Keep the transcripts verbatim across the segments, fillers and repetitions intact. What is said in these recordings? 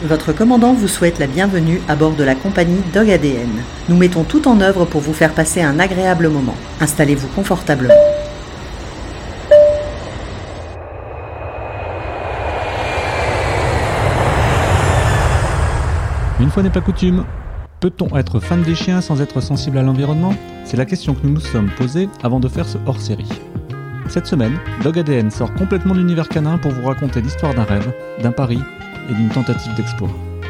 Votre commandant vous souhaite la bienvenue à bord de la compagnie Dog A D N. Nous mettons tout en œuvre pour vous faire passer un agréable moment. Installez-vous confortablement. Une fois n'est pas coutume, peut-on être fan des chiens sans être sensible à l'environnement ? C'est la question que nous nous sommes posée avant de faire ce hors-série. Cette semaine, Dog A D N sort complètement de l'univers canin pour vous raconter l'histoire d'un rêve, d'un pari et d'une tentative d'exploit.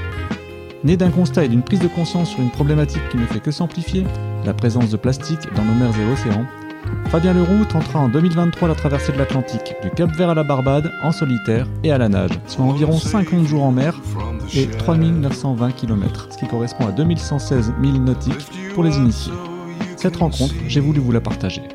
Né d'un constat et d'une prise de conscience sur une problématique qui ne fait que s'amplifier, la présence de plastique dans nos mers et océans, Fabien Leroux tentera en deux mille vingt-trois la traversée de l'Atlantique, du Cap-Vert à la Barbade, en solitaire et à la nage, soit environ cinquante jours en mer et trois mille neuf cent vingt kilomètres, ce qui correspond à deux mille cent seize milles nautiques pour les initiés. Cette rencontre, j'ai voulu vous la partager.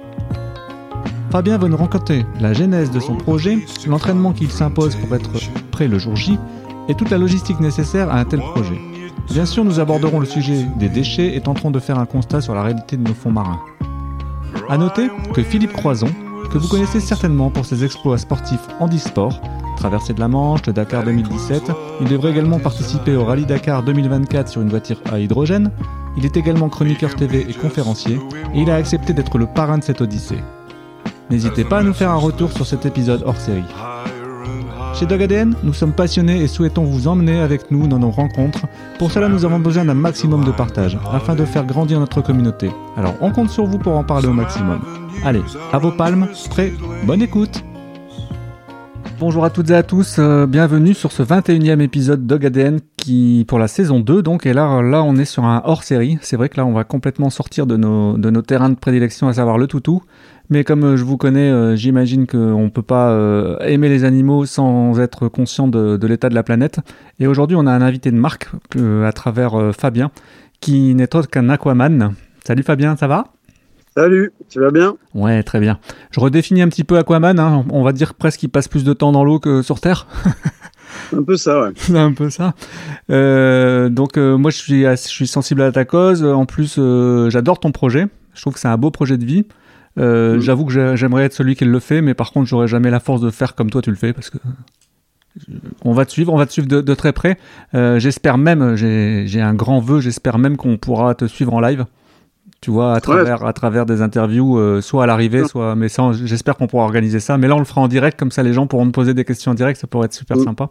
Fabien va nous raconter la genèse de son projet, l'entraînement qu'il s'impose pour être prêt le jour J et toute la logistique nécessaire à un tel projet. Bien sûr, nous aborderons le sujet des déchets et tenterons de faire un constat sur la réalité de nos fonds marins. A noter que Philippe Croison, que vous connaissez certainement pour ses exploits sportifs handisport, traversée de la Manche, le Dakar deux mille dix-sept, il devrait également participer au Rallye Dakar deux mille vingt-quatre sur une voiture à hydrogène, il est également chroniqueur T V et conférencier, et il a accepté d'être le parrain de cette odyssée. N'hésitez pas à nous faire un retour sur cet épisode hors série. Chez Dog A D N, nous sommes passionnés et souhaitons vous emmener avec nous dans nos rencontres. Pour cela, nous avons besoin d'un maximum de partage, afin de faire grandir notre communauté. Alors, on compte sur vous pour en parler au maximum. Allez, à vos palmes, prêts, bonne écoute. Bonjour à toutes et à tous, euh, bienvenue sur ce vingt et unième épisode Dog A D N qui, pour la saison deux, donc, et là, là on est sur un hors-série. C'est vrai que là, on va complètement sortir de nos, de nos terrains de prédilection, à savoir le toutou. Mais comme euh, je vous connais, euh, j'imagine qu'on ne peut pas euh, aimer les animaux sans être conscient de, de l'état de la planète. Et aujourd'hui, on a un invité de marque euh, à travers euh, Fabien, qui n'est autre qu'un aquaman. Salut Fabien, ça va ? Salut, tu vas bien ? Ouais, très bien. Je redéfinis un petit peu aquaman, hein. On va dire presque qu'il passe plus de temps dans l'eau que sur Terre. Un peu ça, ouais. C'est un peu ça. Euh, donc euh, moi, je suis, je suis sensible à ta cause. En plus, euh, j'adore ton projet. Je trouve que c'est un beau projet de vie. Euh, mmh. J'avoue que j'aimerais être celui qui le fait, mais par contre, j'aurais jamais la force de faire comme toi tu le fais, parce que on va te suivre, on va te suivre de, de très près. Euh, j'espère même, j'ai, j'ai un grand vœu, j'espère même qu'on pourra te suivre en live. Tu vois, à travers, ouais. à travers des interviews, euh, soit à l'arrivée, ouais. soit, mais ça, j'espère qu'on pourra organiser ça. Mais là, on le fera en direct, comme ça, les gens pourront te poser des questions en direct, ça pourrait être super mmh. sympa.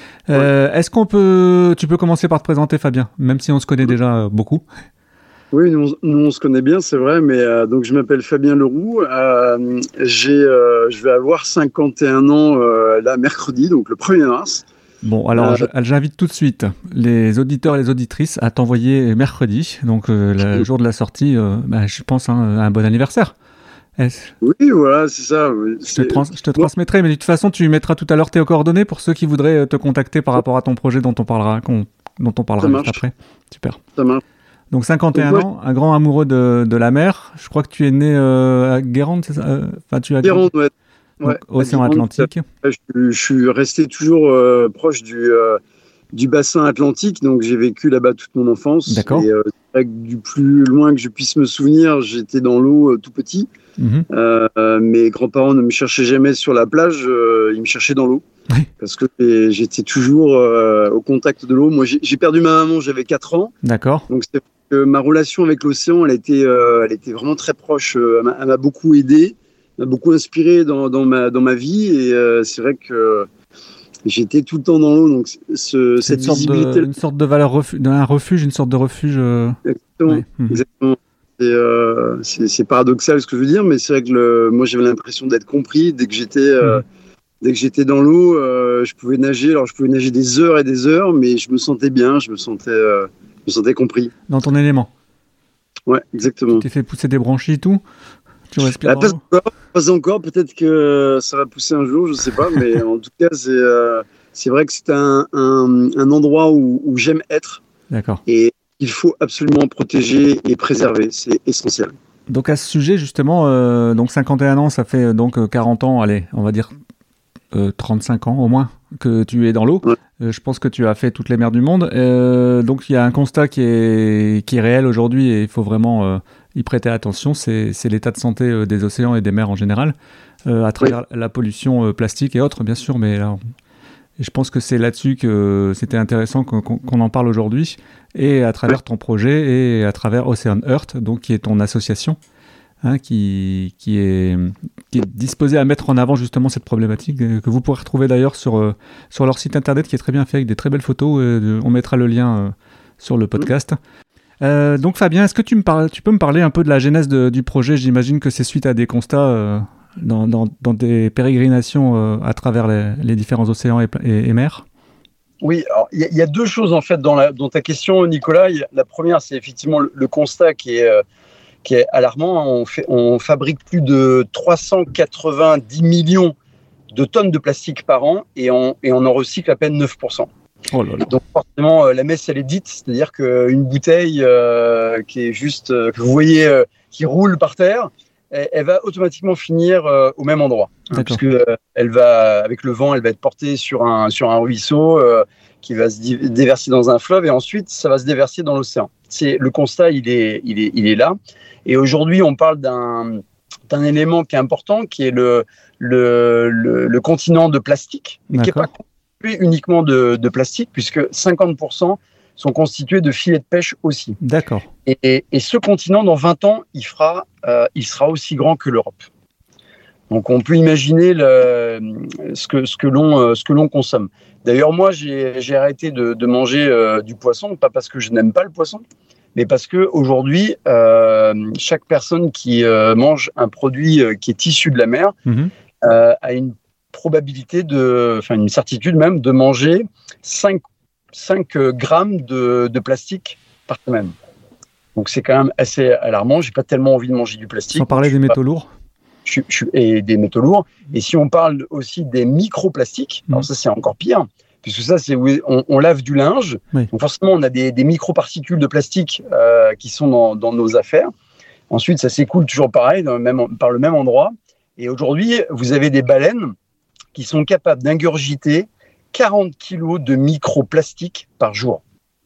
Euh, ouais. Est-ce qu'on peut, tu peux commencer par te présenter, Fabien, même si on se connaît mmh. déjà beaucoup. Oui, nous, nous on se connaît bien, c'est vrai, mais euh, donc je m'appelle Fabien Leroux, euh, j'ai, euh, je vais avoir cinquante et un ans euh, là mercredi, donc le premier mars. Bon, alors euh, j'invite tout de suite les auditeurs et les auditrices à t'envoyer mercredi, donc euh, le jour de la sortie, euh, bah, je pense, hein, un bon anniversaire. Est-ce... Oui, voilà, c'est ça. Oui. Je te, trans- je te transmettrai, mais de toute façon, tu mettras tout à l'heure tes coordonnées pour ceux qui voudraient te contacter par rapport à ton projet dont on parlera, dont on parlera juste après. Super. Ça marche. Donc cinquante et un ouais. ans, un grand amoureux de, de la mer. Je crois que tu es né euh, à Guérande, c'est ça euh, enfin, tu as Guérande, ouais. ouais. Océan Atlantique. Je, je suis resté toujours euh, proche du, euh, du bassin atlantique, donc j'ai vécu là-bas toute mon enfance. D'accord. Et euh, c'est vrai que du plus loin que je puisse me souvenir, j'étais dans l'eau euh, tout petit. Mm-hmm. Euh, mes grands-parents ne me cherchaient jamais sur la plage, euh, ils me cherchaient dans l'eau. Oui. Parce que j'étais toujours euh, au contact de l'eau. Moi, j'ai, j'ai perdu ma maman, j'avais quatre ans. D'accord. Donc, c'est que ma relation avec l'océan, elle était, euh, elle était vraiment très proche. Elle m'a, elle m'a beaucoup aidé, m'a beaucoup inspiré dans, dans, ma, dans ma vie. Et euh, c'est vrai que j'étais tout le temps dans l'eau. Donc, ce, c'est cette une sorte visibilité. De, une sorte de valeur refu- d'un refuge, une sorte de refuge. Euh... Exactement. Ouais. Mmh. Exactement. Et, euh, c'est, c'est paradoxal ce que je veux dire, mais c'est vrai que le, moi, j'avais l'impression d'être compris dès que j'étais. Euh, mmh. Dès que j'étais dans l'eau, euh, je pouvais nager. Alors, je pouvais nager des heures et des heures, mais je me sentais bien, je me sentais, euh, je me sentais compris. Dans ton élément. Ouais, exactement. Tu t'es fait pousser des branchies et tout ? Tu respires bah, pas, encore, pas encore, peut-être que ça va pousser un jour, je sais pas, mais en tout cas, c'est, euh, c'est vrai que c'est un, un, un endroit où, où j'aime être. D'accord. Et il faut absolument protéger et préserver, c'est essentiel. Donc, à ce sujet, justement, euh, donc cinquante et un ans, ça fait donc quarante ans, allez, on va dire. Euh, trente-cinq ans au moins que tu es dans l'eau. Ouais. Euh, je pense que tu as fait toutes les mers du monde. Euh, donc il y a un constat qui est, qui est réel aujourd'hui et il faut vraiment euh, y prêter attention. C'est, c'est l'état de santé euh, des océans et des mers en général, euh, à travers ouais. la pollution euh, plastique et autres, bien sûr. Mais là, on... Et je pense que c'est là-dessus que c'était intéressant qu'on, qu'on en parle aujourd'hui, et à travers ton projet et à travers Ocean Earth, donc qui est ton association, hein, qui, qui, est, qui est disposée à mettre en avant justement cette problématique, euh, que vous pourrez retrouver d'ailleurs sur, euh, sur leur site internet qui est très bien fait, avec des très belles photos. Euh, de, on mettra le lien euh, sur le podcast. Euh, donc Fabien, est-ce que tu, me parles, tu peux me parler un peu de la genèse de, du projet ? J'imagine que c'est suite à des constats euh, dans, dans, dans des pérégrinations euh, à travers les, les différents océans et, et, et mers. Oui, il y, y a deux choses en fait dans, la, dans ta question, Nicolas. Y, la première, c'est effectivement le, le constat qui est, euh, qui est alarmant. On, fait, on fabrique plus de trois cent quatre-vingt-dix millions de tonnes de plastique par an et on, et on en recycle à peine neuf pour cent. Oh là là. Donc forcément, euh, la messe, elle est dite, c'est-à-dire qu'une bouteille euh, qui est juste, euh, que vous voyez, euh, qui roule par terre, elle, elle va automatiquement finir euh, au même endroit. Hein, puisque euh, elle va, avec le vent, elle va être portée sur un, sur un ruisseau euh, qui va se déverser dans un fleuve et ensuite, ça va se déverser dans l'océan. C'est, le constat, il est, il est, il est là. Et aujourd'hui, on parle d'un, d'un élément qui est important, qui est le, le, le, le continent de plastique, mais qui n'est pas uniquement de, de plastique, puisque cinquante pour cent sont constitués de filets de pêche aussi. D'accord. Et, et, et ce continent, dans vingt ans, il, fera, euh, il sera aussi grand que l'Europe. Donc on peut imaginer le, ce, que, ce, que l'on, ce que l'on consomme. D'ailleurs, moi, j'ai, j'ai arrêté de, de manger euh, du poisson, pas parce que je n'aime pas le poisson, mais parce qu'aujourd'hui, euh, chaque personne qui euh, mange un produit euh, qui est issu de la mer mmh. euh, a une probabilité, de, enfin une certitude même, de manger cinq, cinq grammes de, de plastique par semaine. Donc c'est quand même assez alarmant. J'ai pas tellement envie de manger du plastique. Sans parler des métaux lourds. Je, je, et des métaux lourds. Et si on parle aussi des microplastiques, mmh. alors ça c'est encore pire, puisque ça c'est où on, on lave du linge. Oui. Donc forcément on a des, des microparticules de plastique euh, qui sont dans, dans nos affaires. Ensuite ça s'écoule toujours pareil, dans le même, par le même endroit. Et aujourd'hui vous avez des baleines qui sont capables d'ingurgiter quarante kilos de microplastiques par jour.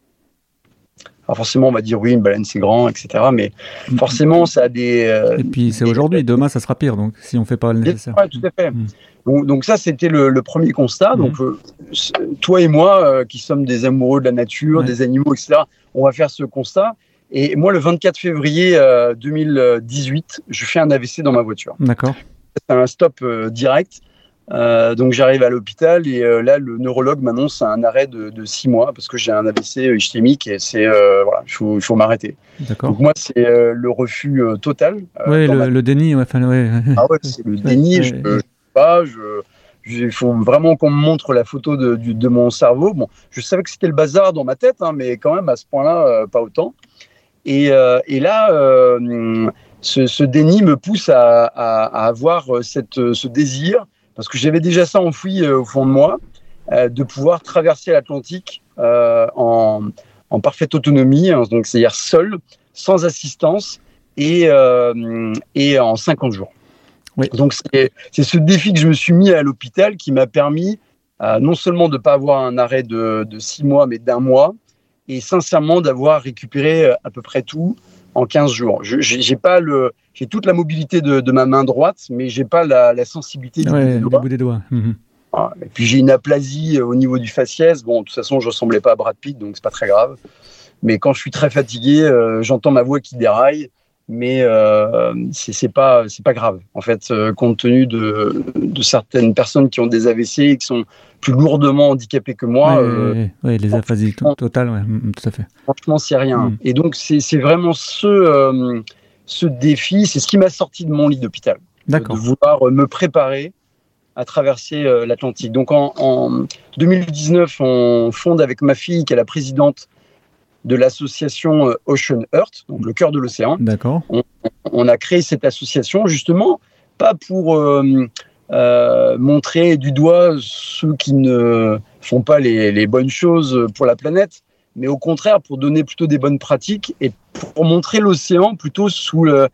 Alors forcément, on va dire oui, une baleine c'est grand, et cetera. Mais forcément, ça a des... Euh, Et puis c'est des... aujourd'hui, demain ça sera pire, donc si on ne fait pas le nécessaire. Oui, tout à fait. Mmh. Donc, donc ça, c'était le, le premier constat. Mmh. Donc euh, toi et moi, euh, qui sommes des amoureux de la nature, ouais. des animaux, et cetera, on va faire ce constat. Et moi, le vingt-quatre février euh, deux mille dix-huit, je fais un A V C dans ma voiture. D'accord. C'est un stop euh, direct. Euh, donc j'arrive à l'hôpital et euh, là le neurologue m'annonce un arrêt de, de six mois parce que j'ai un A V C ischémique et c'est euh, voilà, il faut, il faut m'arrêter. D'accord. Donc moi c'est euh, le refus euh, total. Euh, oui, le, ma... le déni. Ouais, enfin, ouais. Ah ouais, c'est le déni. Ouais, je ne sais pas. Je, je, il faut vraiment qu'on me montre la photo de, de, de mon cerveau. Bon, je savais que c'était le bazar dans ma tête, hein, mais quand même à ce point-là, euh, pas autant. Et, euh, et là, euh, ce, ce déni me pousse à, à, à avoir cette, ce désir. Parce que j'avais déjà ça enfoui euh, au fond de moi, euh, de pouvoir traverser l'Atlantique euh, en, en parfaite autonomie, hein, donc c'est-à-dire seul, sans assistance, et, euh, et en cinquante jours. Oui. Donc c'est, c'est ce défi que je me suis mis à l'hôpital qui m'a permis euh, non seulement de ne pas avoir un arrêt de, de six mois, mais d'un mois, et sincèrement d'avoir récupéré à peu près tout en quinze jours. Je, j'ai, j'ai, pas le, j'ai toute la mobilité de, de ma main droite, mais j'ai pas la, la sensibilité du ouais, bout des doigts. bout des doigts. Mmh. Voilà. Et puis j'ai une aplasie au niveau du faciès. Bon, de toute façon, je ressemblais pas à Brad Pitt, donc c'est pas très grave. Mais quand je suis très fatigué, euh, j'entends ma voix qui déraille, mais euh, c'est, c'est pas, c'est pas grave. En fait, euh, compte tenu de, de certaines personnes qui ont des A V C et qui sont plus lourdement handicapées que moi. Oui, euh, oui, oui, les aphasies totales, ouais, tout à fait. Franchement, c'est rien. Mm. Et donc, c'est, c'est vraiment ce, euh, ce défi, c'est ce qui m'a sorti de mon lit d'hôpital. D'accord. De vouloir me préparer à traverser euh, l'Atlantique. Donc, en, en deux mille dix-neuf, on fonde avec ma fille, qui est la présidente de l'association euh, Ocean Earth, donc le cœur de l'océan. D'accord. On, on a créé cette association, justement, pas pour... Euh, Euh, montrer du doigt ceux qui ne font pas les, les bonnes choses pour la planète, mais au contraire pour donner plutôt des bonnes pratiques et pour montrer l'océan plutôt sous, le,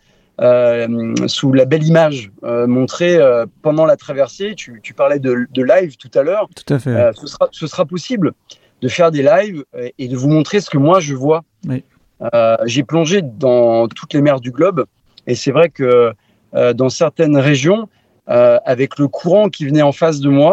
euh, sous la belle image. Euh, montrer euh, pendant la traversée, tu, tu parlais de, de live tout à l'heure, tout à fait. Euh, ce, sera, ce sera possible de faire des lives et de vous montrer ce que moi je vois. Oui. Euh, j'ai plongé dans toutes les mers du globe et c'est vrai que euh, dans certaines régions, Euh, avec le courant qui venait en face de moi,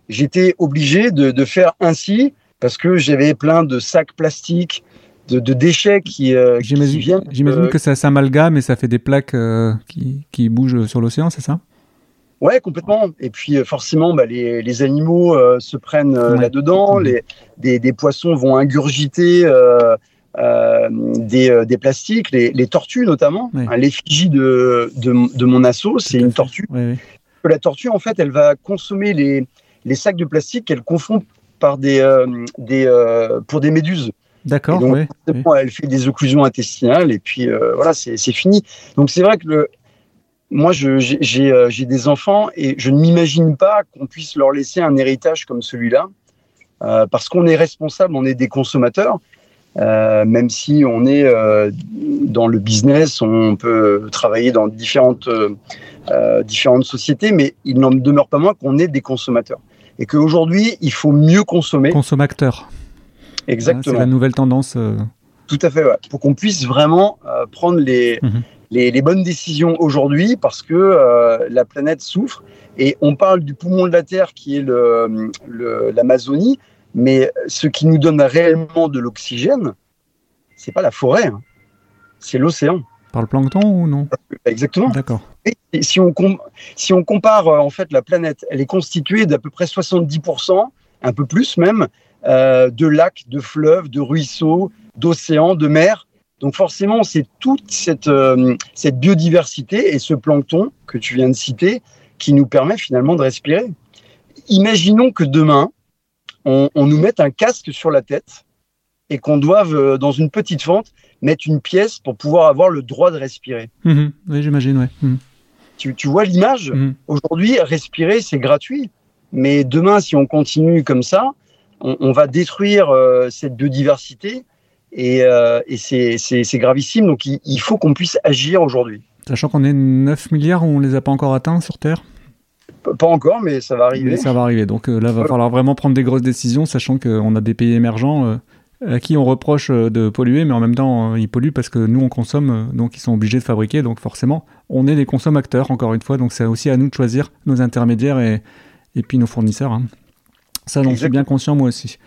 j'étais obligé de, de faire ainsi parce que j'avais plein de sacs plastiques, de, de déchets qui, euh, j'imagine, qui viennent. J'imagine euh, que ça s'amalgame et ça fait des plaques euh, qui, qui bougent sur l'océan, c'est ça ? Ouais, complètement. Et puis forcément, bah, les, les animaux euh, se prennent euh, ouais. là-dedans. Mmh. Les, des, des poissons vont ingurgiter euh, euh, des, euh, des plastiques, les, les tortues notamment. Ouais. Hein, l'effigie de, de, de mon assaut, c'est une tortue. Ouais, ouais. La tortue, en fait, elle va consommer les, les sacs de plastique qu'elle confond par des, euh, des, euh, pour des méduses. D'accord. Donc, ouais, ouais. Elle fait des occlusions intestinales et puis euh, voilà, c'est, c'est fini. Donc c'est vrai que le Moi, je, j'ai, j'ai, euh, j'ai des enfants et je ne m'imagine pas qu'on puisse leur laisser un héritage comme celui-là, euh, parce qu'on est responsable, on est des consommateurs, euh, même si on est euh, dans le business, on peut travailler dans différentes, euh, différentes sociétés, mais il n'en demeure pas moins qu'on est des consommateurs. Et qu'aujourd'hui, il faut mieux consommer. Consommateur. Exactement. C'est la nouvelle tendance. Euh... Tout à fait, ouais. Pour qu'on puisse vraiment euh, prendre les... Mmh. Les, les bonnes décisions aujourd'hui parce que euh, la planète souffre et on parle du poumon de la Terre qui est le, le, l'Amazonie, mais ce qui nous donne réellement de l'oxygène, c'est pas la forêt, hein, c'est l'océan. Par le plancton ou non ? Exactement. D'accord. Et si on, com- si on compare en fait la planète, elle est constituée d'à peu près soixante-dix pour cent, un peu plus même, euh, de lacs, de fleuves, de ruisseaux, d'océans, de mers. Donc forcément, c'est toute cette, euh, cette biodiversité et ce plancton que tu viens de citer qui nous permet finalement de respirer. Imaginons que demain, on, on nous mette un casque sur la tête et qu'on doive, euh, dans une petite fente, mettre une pièce pour pouvoir avoir le droit de respirer. Mmh, oui, j'imagine, oui. Mmh. Tu, tu vois l'image ? Mmh. Aujourd'hui, respirer, c'est gratuit. Mais demain, si on continue comme ça, on, on va détruire euh, cette biodiversité. Et, euh, et c'est, c'est, c'est gravissime, donc il, il faut qu'on puisse agir aujourd'hui. Sachant qu'on est neuf milliards, on ne les a pas encore atteints sur Terre ? Pas encore, mais ça va arriver. Mais ça va arriver, donc euh, là, il va falloir vraiment prendre des grosses décisions, sachant qu'on a des pays émergents euh, à qui on reproche euh, de polluer, mais en même temps, euh, ils polluent parce que nous, on consomme, euh, donc ils sont obligés de fabriquer, donc forcément, on est des consommateurs, encore une fois, donc c'est aussi à nous de choisir nos intermédiaires et, et puis nos fournisseurs. Hein. Ça, j'en suis bien conscient, moi aussi.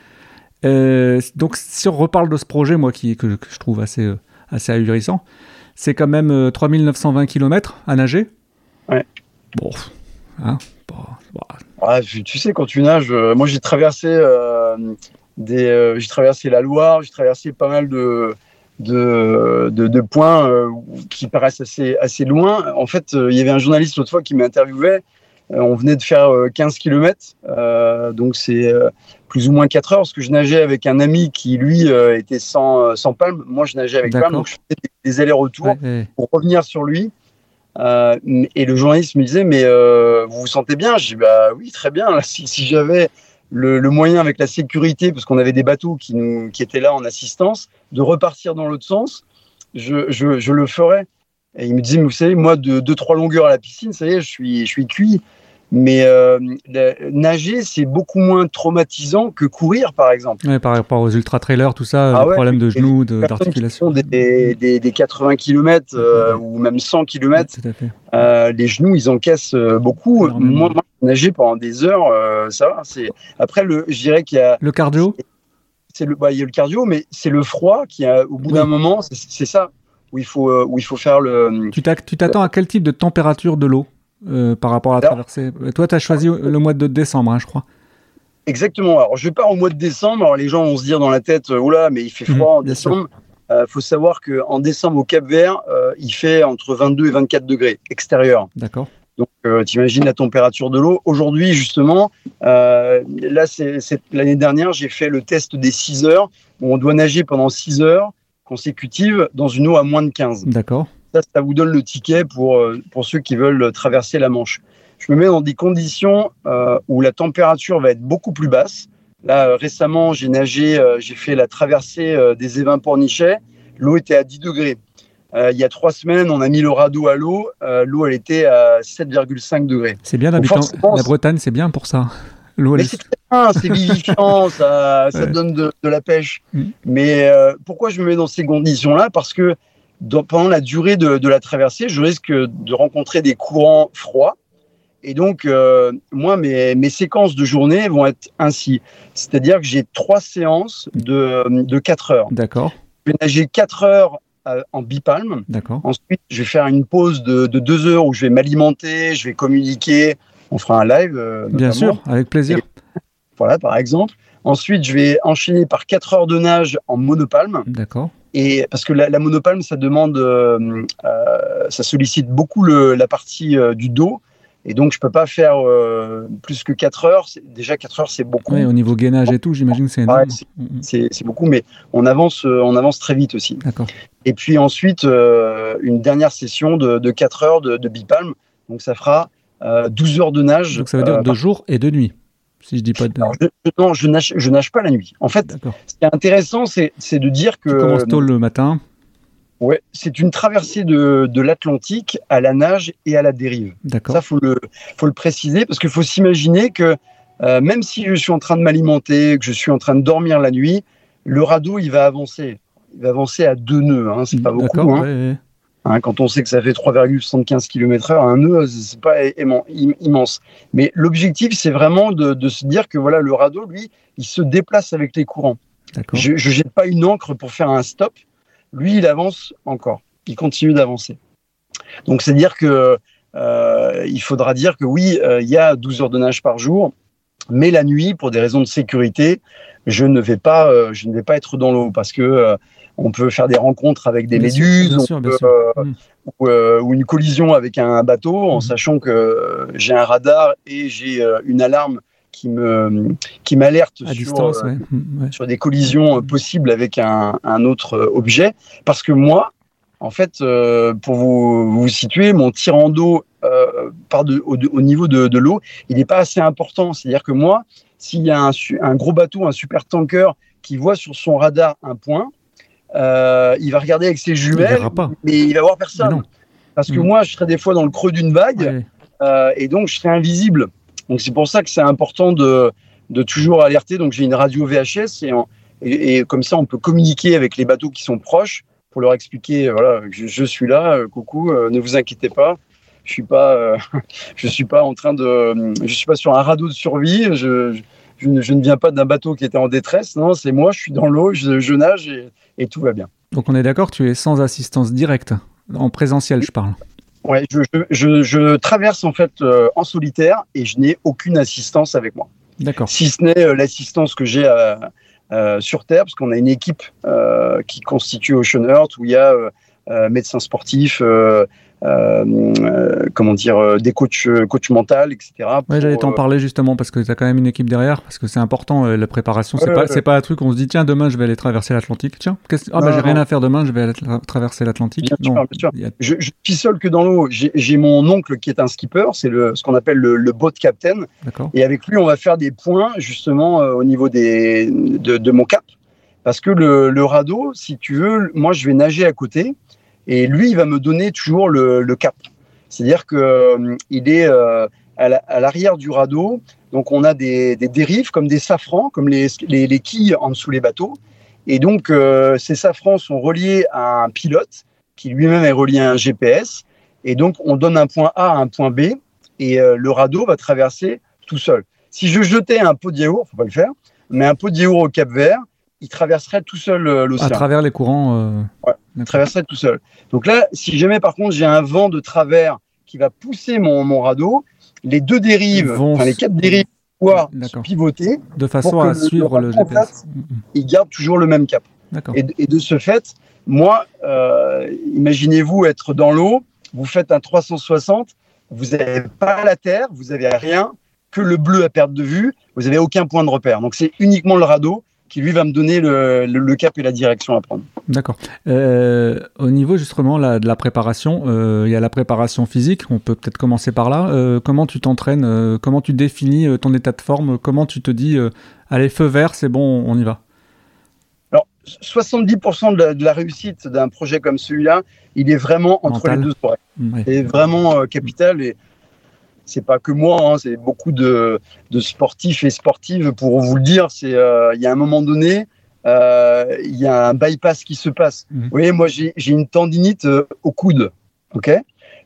Euh, donc si on reparle de ce projet, moi qui que, que je trouve assez euh, assez ahurissant, c'est quand même euh, trois mille neuf cent vingt kilomètres à nager. Ouais. Bon, hein, bon, bon. Ah, tu sais quand tu nages, euh, moi j'ai traversé euh, des, euh, j'ai traversé la Loire, j'ai traversé pas mal de de de, de points euh, qui paraissent assez assez loin. En fait, euh, il y avait un journaliste l'autre fois qui m'interviewait. Euh, on venait de faire euh, quinze kilomètres, euh, donc c'est euh, plus ou moins quatre heures, parce que je nageais avec un ami qui, lui, euh, était sans, sans palme. Moi, je nageais avec palme, donc je faisais des, des allers-retours ouais, ouais. pour revenir sur lui. Euh, et le journaliste me disait, mais euh, vous vous sentez bien ? Je dis, bah oui, très bien. Si, si j'avais le, le moyen avec la sécurité, parce qu'on avait des bateaux qui, nous, qui étaient là en assistance, de repartir dans l'autre sens, je, je, je le ferais. Et il me disait, mais vous savez, moi, de deux, trois longueurs à la piscine, ça y est, je suis, je suis cuit. Mais euh, nager, c'est beaucoup moins traumatisant que courir, par exemple. Ouais, par rapport aux ultra-trailers, tout ça, ah ouais, problèmes de genoux, de, d'articulation. Des, des, des quatre-vingts kilomètres euh, ouais. ou même cent kilomètres, ouais, euh, les genoux, ils encaissent beaucoup. Ouais, moi, moi, nager pendant des heures, euh, ça va. C'est... Après, le, je dirais qu'il y a... Le cardio c'est le, bah, il y a le cardio, mais c'est le froid qui, a, au bout oui. d'un moment, c'est, c'est ça, où il, faut, où il faut faire le... Tu, tu t'attends à quel type de température de l'eau ? Euh, par rapport à la alors, traversée. Toi, tu as choisi le mois de décembre, hein, je crois. Exactement. Alors, je pars au mois de décembre. Alors, les gens vont se dire dans la tête, oula, mais il fait froid mmh, en décembre. Il euh, faut savoir qu'en décembre, au Cap-Vert, euh, il fait entre vingt-deux et vingt-quatre degrés extérieur. D'accord. Donc, euh, tu imagines la température de l'eau. Aujourd'hui, justement, euh, là, c'est, c'est, l'année dernière, j'ai fait le test des six heures. Où on doit nager pendant six heures consécutives dans une eau à moins de quinze. D'accord. Ça, ça vous donne le ticket pour, pour ceux qui veulent traverser la Manche. Je me mets dans des conditions euh, où la température va être beaucoup plus basse. Là, euh, récemment, j'ai nagé, euh, j'ai fait la traversée euh, des évins pornichet. L'eau était à dix degrés. Euh, il y a trois semaines, on a mis le radeau à l'eau. Euh, l'eau, elle était à sept virgule cinq degrés. C'est bien d'habiter en... La Bretagne, c'est bien pour ça. L'eau, mais elle... c'est très bien, c'est vivifiant, ça, ça ouais. donne de, de la pêche. Mmh. Mais euh, pourquoi je me mets dans ces conditions-là ? Parce que Dans, pendant la durée de, de la traversée, je risque de rencontrer des courants froids Et donc, euh, moi, mes, mes séquences de journée vont être ainsi. C'est-à-dire que j'ai trois séances de, de quatre heures. D'accord. Je vais nager quatre heures euh, en bipalme. D'accord. Ensuite, je vais faire une pause de, de deux heures où je vais m'alimenter, je vais communiquer. On fera un live. Euh, Bien sûr, avec plaisir. Et, voilà, par exemple. Ensuite, je vais enchaîner par quatre heures de nage en monopalme. D'accord. Et parce que la, la monopalme, ça demande, euh, euh, ça sollicite beaucoup le, la partie euh, du dos. Et donc, je peux pas faire euh, plus que quatre heures. C'est, déjà, quatre heures, c'est beaucoup. Oui, au niveau gainage et tout, j'imagine que c'est énorme. Ouais, c'est, c'est, c'est beaucoup, mais on avance, euh, on avance très vite aussi. D'accord. Et puis ensuite, euh, une dernière session de, de quatre heures de, de bipalme. Donc, ça fera euh, douze heures de nage. Donc, ça veut dire euh, de jour et de nuit, si je dis pas de... Alors, je, non, je nage, je nage pas la nuit. En fait, D'accord. Ce qui est intéressant, c'est, c'est de dire que... Tu commences tôt le matin. Ouais, c'est une traversée de, de l'Atlantique à la nage et à la dérive. D'accord. Ça, faut le, faut le préciser parce qu'il faut s'imaginer que euh, même si je suis en train de m'alimenter, que je suis en train de dormir la nuit, le radeau, il va avancer. Il va avancer à deux nœuds. Hein, c'est pas D'accord, beaucoup. Hein. Ouais, ouais. Hein, quand on sait que ça fait trois virgule soixante-quinze kilomètres heure, un nœud, c'est pas aimant, immense. Mais l'objectif, c'est vraiment de, de se dire que voilà, le radeau, lui, il se déplace avec les courants. D'accord. Je ne jette pas une ancre pour faire un stop. Lui, il avance encore. Il continue d'avancer. Donc, c'est-à-dire que euh, il faudra dire que oui, euh, il y a douze heures de nage par jour, mais la nuit, pour des raisons de sécurité, je ne vais pas, euh, je ne vais pas être dans l'eau parce que euh, on peut faire des rencontres avec des bien méduses, sûr, bien sûr, on bien peut, sûr. euh, Mmh. ou, euh, ou une collision avec un bateau, en Mmh. sachant que euh, j'ai un radar et j'ai euh, une alarme qui me qui m'alerte À sur distance, euh, ouais. Mmh, ouais. sur des collisions euh, possibles avec un, un autre euh, objet. Parce que moi, en fait, euh, pour vous, vous situer, mon tirant d'eau euh, par de, au, au niveau de, de l'eau, il n'est pas assez important. C'est-à-dire que moi, s'il y a un, un gros bateau, un super tanker qui voit sur son radar un point, euh, il va regarder avec ses jumelles, verra pas. mais il va voir Mais personne. non. Parce que Mm. moi, je serais des fois dans le creux d'une vague, Ouais. euh, et donc je serais invisible. Donc c'est pour ça que c'est important de, de toujours alerter. Donc j'ai une radio V H S et, en- et, et comme ça on peut communiquer avec les bateaux qui sont proches pour leur expliquer euh, voilà je, je suis là, euh, coucou, euh, ne vous inquiétez pas, je suis pas euh, je suis pas en train de je suis pas sur un radeau de survie, je, je, je ne, je ne viens pas d'un bateau qui était en détresse, non, c'est moi, je suis dans l'eau, je, je nage et, et tout va bien. Donc on est d'accord, tu es sans assistance directe, en présentiel je parle. Ouais, je, je, je, je traverse en fait euh, en solitaire et je n'ai aucune assistance avec moi. D'accord. Si ce n'est euh, l'assistance que j'ai euh, euh, sur Terre, parce qu'on a une équipe euh, qui constitue Ocean Earth où il y a euh, euh, médecins sportifs, euh, euh, euh, comment dire, euh, des coachs, coachs mentaux, et cetera. Ouais, j'allais pour, t'en euh, parler justement parce que tu as quand même une équipe derrière, parce que c'est important euh, la préparation. C'est Ouais, pas, ouais. c'est pas un truc où on se dit tiens demain je vais aller traverser l'Atlantique. Tiens, qu'est-ce... ah Non, bah j'ai non. rien à faire demain, je vais aller tra- traverser l'Atlantique. Bien sûr, non, bien sûr. il y a- Je, je suis seul que dans l'eau. J'ai, j'ai mon oncle qui est un skipper, c'est le, ce qu'on appelle le, le boat captain. D'accord. Et avec lui, on va faire des points justement euh, au niveau des, de, de mon cap. Parce que le, le radeau, si tu veux, moi je vais nager à côté et lui, il va me donner toujours le, le cap. C'est-à-dire qu'il euh, est euh, à, la, à l'arrière du radeau. Donc on a des, des dérives comme des safrans, comme les, les, les quilles en dessous les bateaux. Et donc euh, ces safrans sont reliés à un pilote qui lui-même est relié à un G P S. Et donc on donne un point A à un point B et euh, le radeau va traverser tout seul. Si je jetais un pot de yaourt, faut pas le faire, mais un pot de yaourt au Cap-Vert, il traverserait tout seul euh, l'océan. À travers les courants. euh, Ouais, il traverserait tout seul. Donc là, si jamais par contre j'ai un vent de travers qui va pousser mon, mon radeau, les deux dérives, Vont enfin les s- quatre dérives, vont pouvoir se D'accord. pivoter, De façon Pour que à le- suivre le le G P S. contact- Mm, mm. ils gardent toujours le même cap. D'accord. Et, et de ce fait, moi, euh, imaginez-vous être dans l'eau, vous faites un trois cent soixante, vous n'avez pas la terre, vous n'avez rien, que le bleu à perte de vue, vous n'avez aucun point de repère. Donc c'est uniquement le radeau qui lui va me donner le, le, le cap et la direction à prendre. D'accord. Euh, au niveau justement là, de la préparation, euh, il y a la préparation physique, on peut peut-être commencer par là. Euh, comment tu t'entraînes, euh, comment tu définis euh, ton état de forme, comment tu te dis, euh, allez, feu vert, c'est bon, on y va. Alors, soixante-dix pour cent de la, de la réussite d'un projet comme celui-là, il est vraiment entre Mental. les deux soirées. Ouais. C'est vraiment euh, capital et c'est pas que moi, hein, c'est beaucoup de, de sportifs et sportives pour vous le dire. C'est, euh, il y a un moment donné, euh, il y a un bypass qui se passe. Mhm. Vous voyez, moi j'ai, j'ai une tendinite euh, au coude, ok.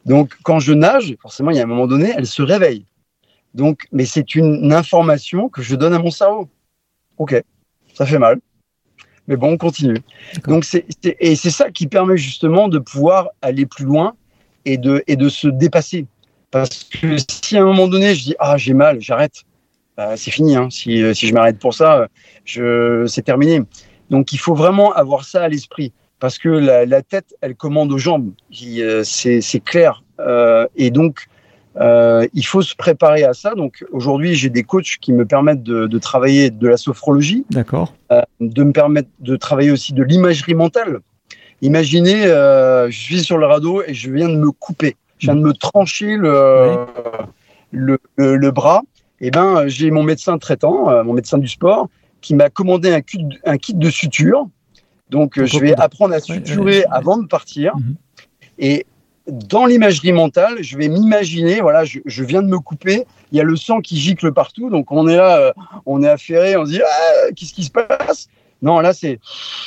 Donc, quand je nage, forcément, il y a un moment donné, elle se réveille. Donc, mais c'est une information que je donne à mon cerveau. Ok, ça fait mal. Mais bon, on continue. D'accord. Donc, c'est, c'est, et c'est ça qui permet justement de pouvoir aller plus loin et de, et de se dépasser. Parce que si à un moment donné, je dis « Ah, j'ai mal, j'arrête bah, », c'est fini. Hein. Si, si je m'arrête pour ça, je, c'est terminé. Donc, il faut vraiment avoir ça à l'esprit. Parce que la, la tête, elle commande aux jambes. C'est, c'est clair. Euh, et donc, euh, il faut se préparer à ça. Donc, aujourd'hui, j'ai des coachs qui me permettent de, de travailler de la sophrologie. D'accord. Euh, de me permettre de travailler aussi de l'imagerie mentale. Imaginez, euh, je suis sur le radeau et je viens de me couper. Je viens de me trancher le, oui. le, le, le bras. Et ben, j'ai mon médecin traitant, euh, mon médecin du sport, qui m'a commandé un kit, un kit de suture. Donc, Donc je vais apprendre à suturer ouais, ouais, ouais. avant de partir. Mm-hmm. Et dans l'imagerie mentale, je vais m'imaginer, voilà, je, je viens de me couper, il y a le sang qui gicle partout, donc on est là, euh, on est affairé, on se dit, ah, qu'est-ce qui se passe ? Non, là, c'est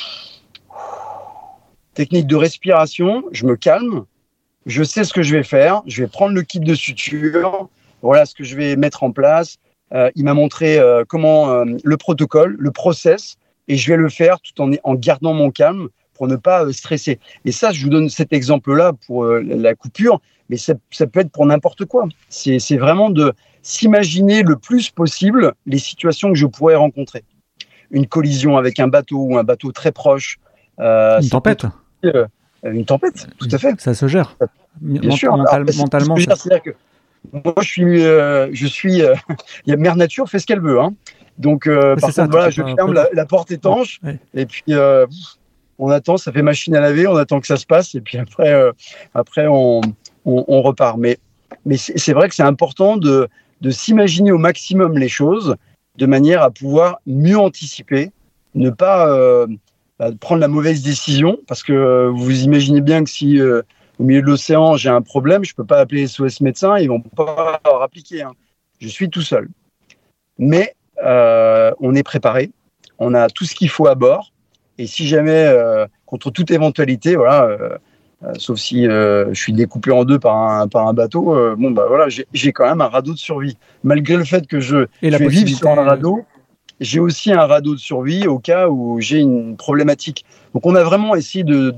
technique de respiration, je me calme, je sais ce que je vais faire, je vais prendre le kit de suture, voilà ce que je vais mettre en place. Euh, il m'a montré euh, comment euh, le protocole, le process, et je vais le faire tout en, en gardant mon calme pour ne pas euh, stresser. Et ça, je vous donne cet exemple-là pour euh, la coupure, mais ça, ça peut être pour n'importe quoi. C'est, c'est vraiment de s'imaginer le plus possible les situations que je pourrais rencontrer. Une collision avec un bateau ou un bateau très proche. Euh, une tempête être, euh, Une tempête, tout à fait. Ça se gère. Bien Ment- sûr. Mental, Alors, mentalement, ça... C'est-à-dire que moi, je suis... Euh, je suis euh, Mère Nature fait ce qu'elle veut. Hein. Donc, euh, par ça, contre, voilà, je ferme la, la porte étanche ouais. et puis euh, on attend, ça fait machine à laver, on attend que ça se passe et puis après, euh, après on, on, on repart. Mais, mais c'est, c'est vrai que c'est important de, de s'imaginer au maximum les choses de manière à pouvoir mieux anticiper, ne pas euh, bah, prendre la mauvaise décision parce que euh, vous imaginez bien que si euh, au milieu de l'océan j'ai un problème, je ne peux pas appeler S O S médecin, ils ne vont pas leur appliquer. Hein. Je suis tout seul. Mais Euh, on est préparé, on a tout ce qu'il faut à bord, et si jamais, euh, contre toute éventualité, voilà, euh, euh, sauf si euh, je suis découpé en deux par un, par un bateau, euh, bon bah voilà, j'ai, j'ai quand même un radeau de survie. Malgré le fait que je, je vais vivre sur un radeau, j'ai aussi un radeau de survie au cas où j'ai une problématique. Donc on a vraiment essayé de,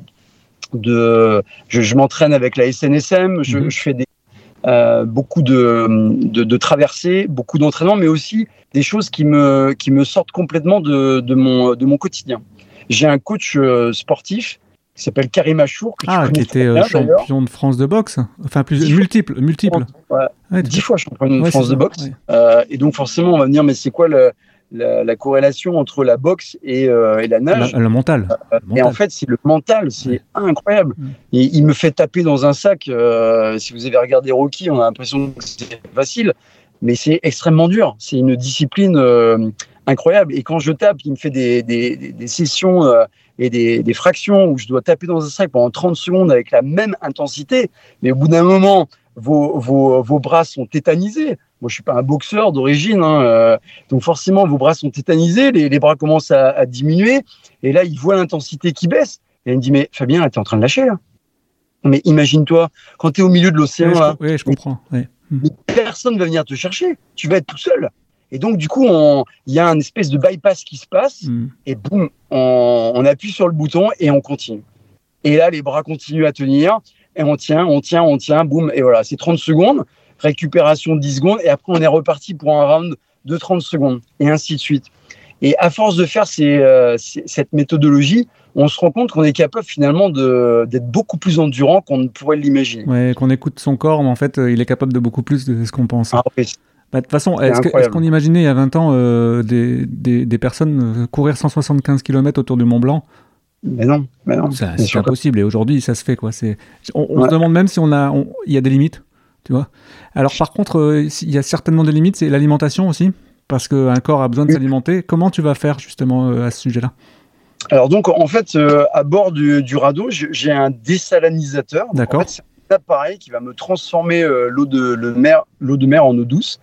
de je, je m'entraîne avec la S N S M, je, mmh. je fais des Euh, beaucoup de, de, de traversées, beaucoup d'entraînement, mais aussi des choses qui me, qui me sortent complètement de, de, mon, de mon quotidien. J'ai un coach euh, sportif qui s'appelle Karim Achour. Que ah, tu qui était bien, champion d'ailleurs. de France de boxe. Enfin, plus, multiple. Fois, multiple. Ouais, ouais, dix fois champion de ouais, France de boxe. Ouais. Euh, et donc, forcément, on va me dire, mais c'est quoi le, la, la corrélation entre la boxe et, euh, et la nage? Le, le mental. Euh, le et en fait, c'est le mental, c'est ouais. incroyable. Ouais. Et il me fait taper dans un sac. Euh, si vous avez regardé Rocky, on a l'impression que c'est facile, mais c'est extrêmement dur. C'est une discipline euh, incroyable. Et quand je tape, il me fait des, des, des, des sessions euh, et des, des fractions où je dois taper dans un sac pendant trente secondes avec la même intensité. Mais au bout d'un moment, vos, vos, vos bras sont tétanisés. Moi, je suis pas un boxeur d'origine, hein, euh, donc forcément, vos bras sont tétanisés, les, les bras commencent à, à diminuer, et là, il voit l'intensité qui baisse. Et il me dit, mais Fabien, tu es en train de lâcher, là. Mais imagine-toi, quand tu es au milieu de l'océan, oui, là, je, oui, je comprends. Oui. Personne ne va venir te chercher, tu vas être tout seul. Et donc, du coup, il y a un espèce de bypass qui se passe, mm. et boum, on, on appuie sur le bouton et on continue. Et là, les bras continuent à tenir, et on tient, on tient, on tient, boum, et voilà, c'est trente secondes. Récupération de dix secondes, et après on est reparti pour un round de trente secondes, et ainsi de suite. Et à force de faire ces, euh, ces, cette méthodologie, on se rend compte qu'on est capable finalement de, d'être beaucoup plus endurant qu'on ne pourrait l'imaginer. Ouais, qu'on écoute son corps, mais en fait, il est capable de beaucoup plus de ce qu'on pense. Ah, oui. Bah, de toute façon, est-ce, que, est-ce qu'on imaginait il y a vingt ans euh, des, des, des personnes courir cent soixante-quinze kilomètres autour du Mont Blanc ? Mais non, mais non. Ça, c'est impossible, et aujourd'hui, ça se fait, quoi. C'est, on on ouais. se demande même si on a, on, il y a des limites. Tu vois. Alors par contre, euh, il y a certainement des limites, c'est l'alimentation aussi, parce qu'un corps a besoin de s'alimenter. Comment tu vas faire justement euh, à ce sujet-là ? Alors donc en fait, euh, à bord du, du radeau, j'ai un dessalinisateur. Donc, D'accord. En fait, c'est un appareil qui va me transformer euh, l'eau de, le mer, l'eau de mer en eau douce.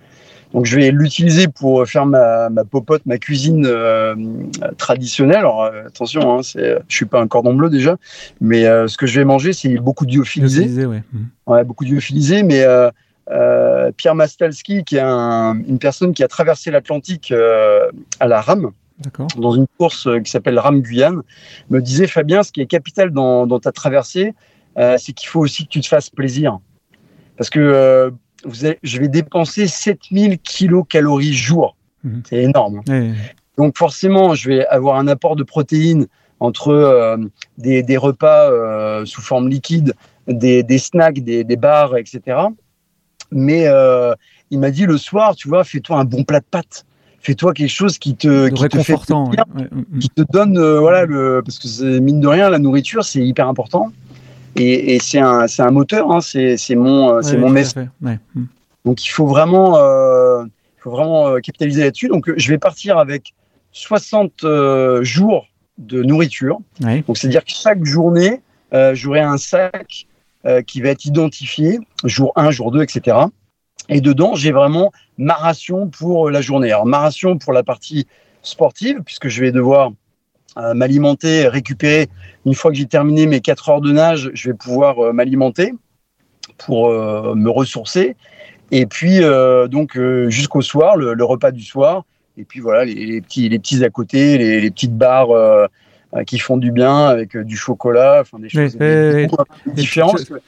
Donc je vais l'utiliser pour faire ma, ma popote, ma cuisine euh, traditionnelle. Alors euh, attention, hein, c'est, je suis pas un cordon bleu déjà, mais euh, ce que je vais manger, c'est beaucoup de lyophilisé. Lyophilisé, ouais. Mmh. Ouais, beaucoup de lyophilisé, mais euh, euh, Pierre Mastalski, qui est un, une personne qui a traversé l'Atlantique euh, à la rame, D'accord. dans une course qui s'appelle Rame Guyane, me disait, Fabien, ce qui est capital dans, dans ta traversée, euh, c'est qu'il faut aussi que tu te fasses plaisir. Parce que euh, vous avez, je vais dépenser sept mille kilocalories jour. Mmh. C'est énorme. Ouais. Donc forcément, je vais avoir un apport de protéines entre euh, des, des repas euh, sous forme liquide, des, des snacks, des, des bars, et cetera. Mais euh, il m'a dit le soir, tu vois, fais-toi un bon plat de pâtes. Fais-toi quelque chose qui te, qui te fait plaisir, ouais. Ouais. qui te donne, euh, voilà, le, parce que c'est, mine de rien, la nourriture, c'est hyper important. Et, et c'est, un, c'est un moteur, hein, c'est, c'est mon, euh, c'est ouais, mon message. Ouais. Donc il faut vraiment, euh, il faut vraiment euh, capitaliser là-dessus. Donc je vais partir avec soixante euh, jours de nourriture. Ouais. Donc c'est-à-dire que chaque journée, euh, j'aurai un sac euh, qui va être identifié, jour un, jour deux, et cetera. Et dedans, j'ai vraiment ma ration pour la journée. Alors ma ration pour la partie sportive, puisque je vais devoir euh, m'alimenter, récupérer. Une fois que j'ai terminé mes quatre heures de nage, je vais pouvoir euh, m'alimenter pour euh, me ressourcer. Et puis, euh, donc, euh, jusqu'au soir, le, le repas du soir. Et puis, voilà, les, les, petits, les petits à côté, les, les petites barres euh, euh, qui font du bien avec euh, du chocolat, enfin, des choses ouais, des, ouais, des différentes. Je...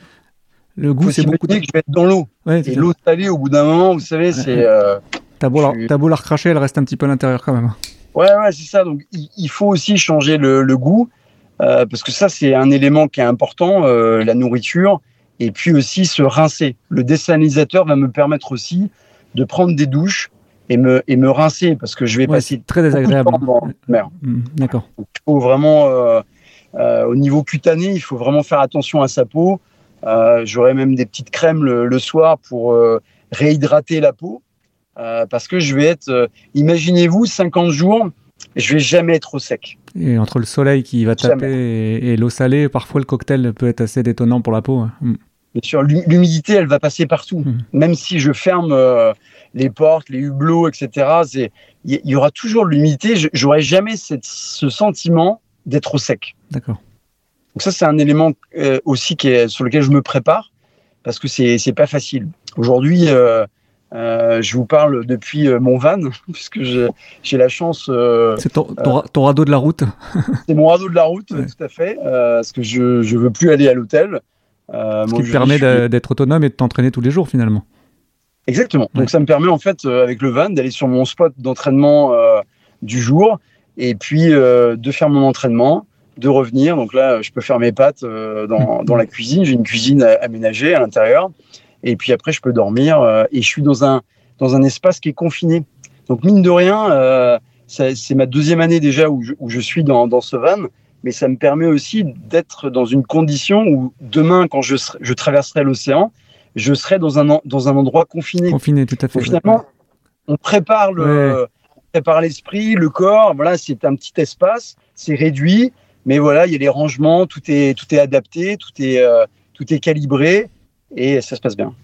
Le goût, c'est beaucoup. De... que je vais être dans l'eau. Ouais, et l'eau salée, au bout d'un moment, vous savez, ouais, c'est. Euh, t'as, beau suis... la, t'as beau la recracher, elle reste un petit peu à l'intérieur quand même. Ouais, ouais, c'est ça. Donc, il, il faut aussi changer le, le goût. Euh, parce que ça, c'est un élément qui est important, euh, la nourriture, et puis aussi se rincer. Le désalinisateur va me permettre aussi de prendre des douches et me, et me rincer, parce que je vais ouais, passer c'est très désagréable. Dans la mer. Mmh, d'accord. Donc, il faut vraiment, euh, euh, au niveau cutané, il faut vraiment faire attention à sa peau. Euh, j'aurai même des petites crèmes le, le soir pour euh, réhydrater la peau, euh, parce que je vais être, euh, imaginez-vous, cinquante jours, je vais jamais être au sec. Et entre le soleil qui va taper et, et l'eau salée, parfois le cocktail peut être assez détonnant pour la peau. Mm. Bien sûr, l'humidité, elle va passer partout. Mm. Même si je ferme euh, les portes, les hublots, et cetera, il y, y aura toujours de l'humidité. Je n'aurai jamais cette, ce sentiment d'être au sec. D'accord. Donc ça, c'est un élément euh, aussi qui est, sur lequel je me prépare, parce que c'est c'est pas facile. Aujourd'hui, euh, Euh, je vous parle depuis euh, mon van, puisque j'ai, j'ai la chance... Euh, c'est ton, ton, euh, ton radeau de la route. C'est mon radeau de la route, ouais. Tout à fait, euh, parce que je ne veux plus aller à l'hôtel. Euh, Ce qui te permet suis... d'être autonome et de t'entraîner tous les jours, finalement. Exactement. Ouais. Donc ça me permet, en fait, euh, avec le van, d'aller sur mon spot d'entraînement euh, du jour, et puis euh, de faire mon entraînement, de revenir. Donc là, je peux faire mes pâtes euh, dans, dans la cuisine. J'ai une cuisine aménagée à l'intérieur. Et puis après, je peux dormir euh, et je suis dans un, dans un espace qui est confiné. Donc, mine de rien, euh, ça, c'est ma deuxième année déjà où je, où je suis dans, dans ce van, mais ça me permet aussi d'être dans une condition où demain, quand je, serai, je traverserai l'océan, je serai dans un, dans un endroit confiné. Confiné, tout à fait. Donc, finalement, on prépare, le, ouais. on prépare l'esprit, le corps. Voilà, c'est un petit espace, c'est réduit, mais voilà, il y a les rangements, tout est, tout est adapté, tout est, euh, tout est calibré. Et ça se passe bien.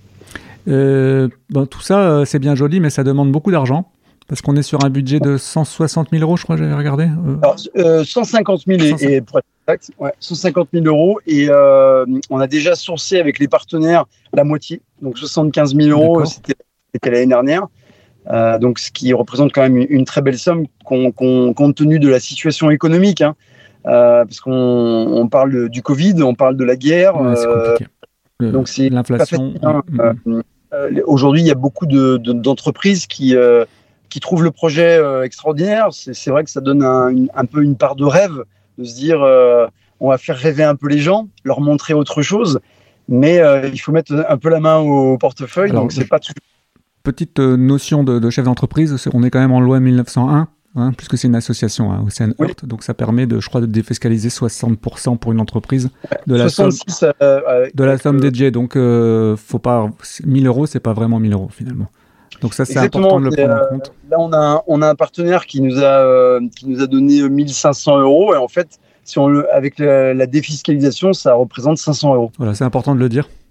Euh, ben, tout ça, c'est bien joli, mais ça demande beaucoup d'argent. Parce qu'on est sur un budget de cent soixante mille euros, je crois, j'avais regardé. Euh... Alors, euh, cent cinquante mille, et, et pour être exact, ouais, cent cinquante mille euros. Et euh, on a déjà sourcé avec les partenaires la moitié. Donc, soixante-quinze mille euros, c'était, c'était l'année dernière. Euh, donc, ce qui représente quand même une, une très belle somme qu'on, qu'on, compte tenu de la situation économique. Hein. Euh, parce qu'on on parle de, du Covid, on parle de la guerre. Ouais, c'est compliqué. Euh, Donc c'est l'inflation. Hein. Euh, euh, aujourd'hui, il y a beaucoup de, de, d'entreprises qui, euh, qui trouvent le projet euh, extraordinaire. C'est, c'est vrai que ça donne un, une, un peu une part de rêve, de se dire euh, on va faire rêver un peu les gens, leur montrer autre chose, mais euh, il faut mettre un peu la main au portefeuille. Alors, donc c'est pas toujours... Petite notion de, de chef d'entreprise, on est quand même en loi mille neuf cent un. Hein, puisque c'est une association, hein, Ocean oui. Earth, donc ça permet, de, je crois, de défiscaliser soixante pour cent pour une entreprise de la soixante-six, somme, euh, de la somme dédiée. Donc, euh, faut pas, mille euros, c'est pas vraiment mille euros finalement. Donc ça, c'est Exactement, important de le prendre euh, en compte. Là, on a un, on a un partenaire qui nous a, euh, qui nous a donné mille cinq cents euros, et en fait, si on le, avec la, la défiscalisation, ça représente cinq cents euros. Voilà, c'est important de le dire.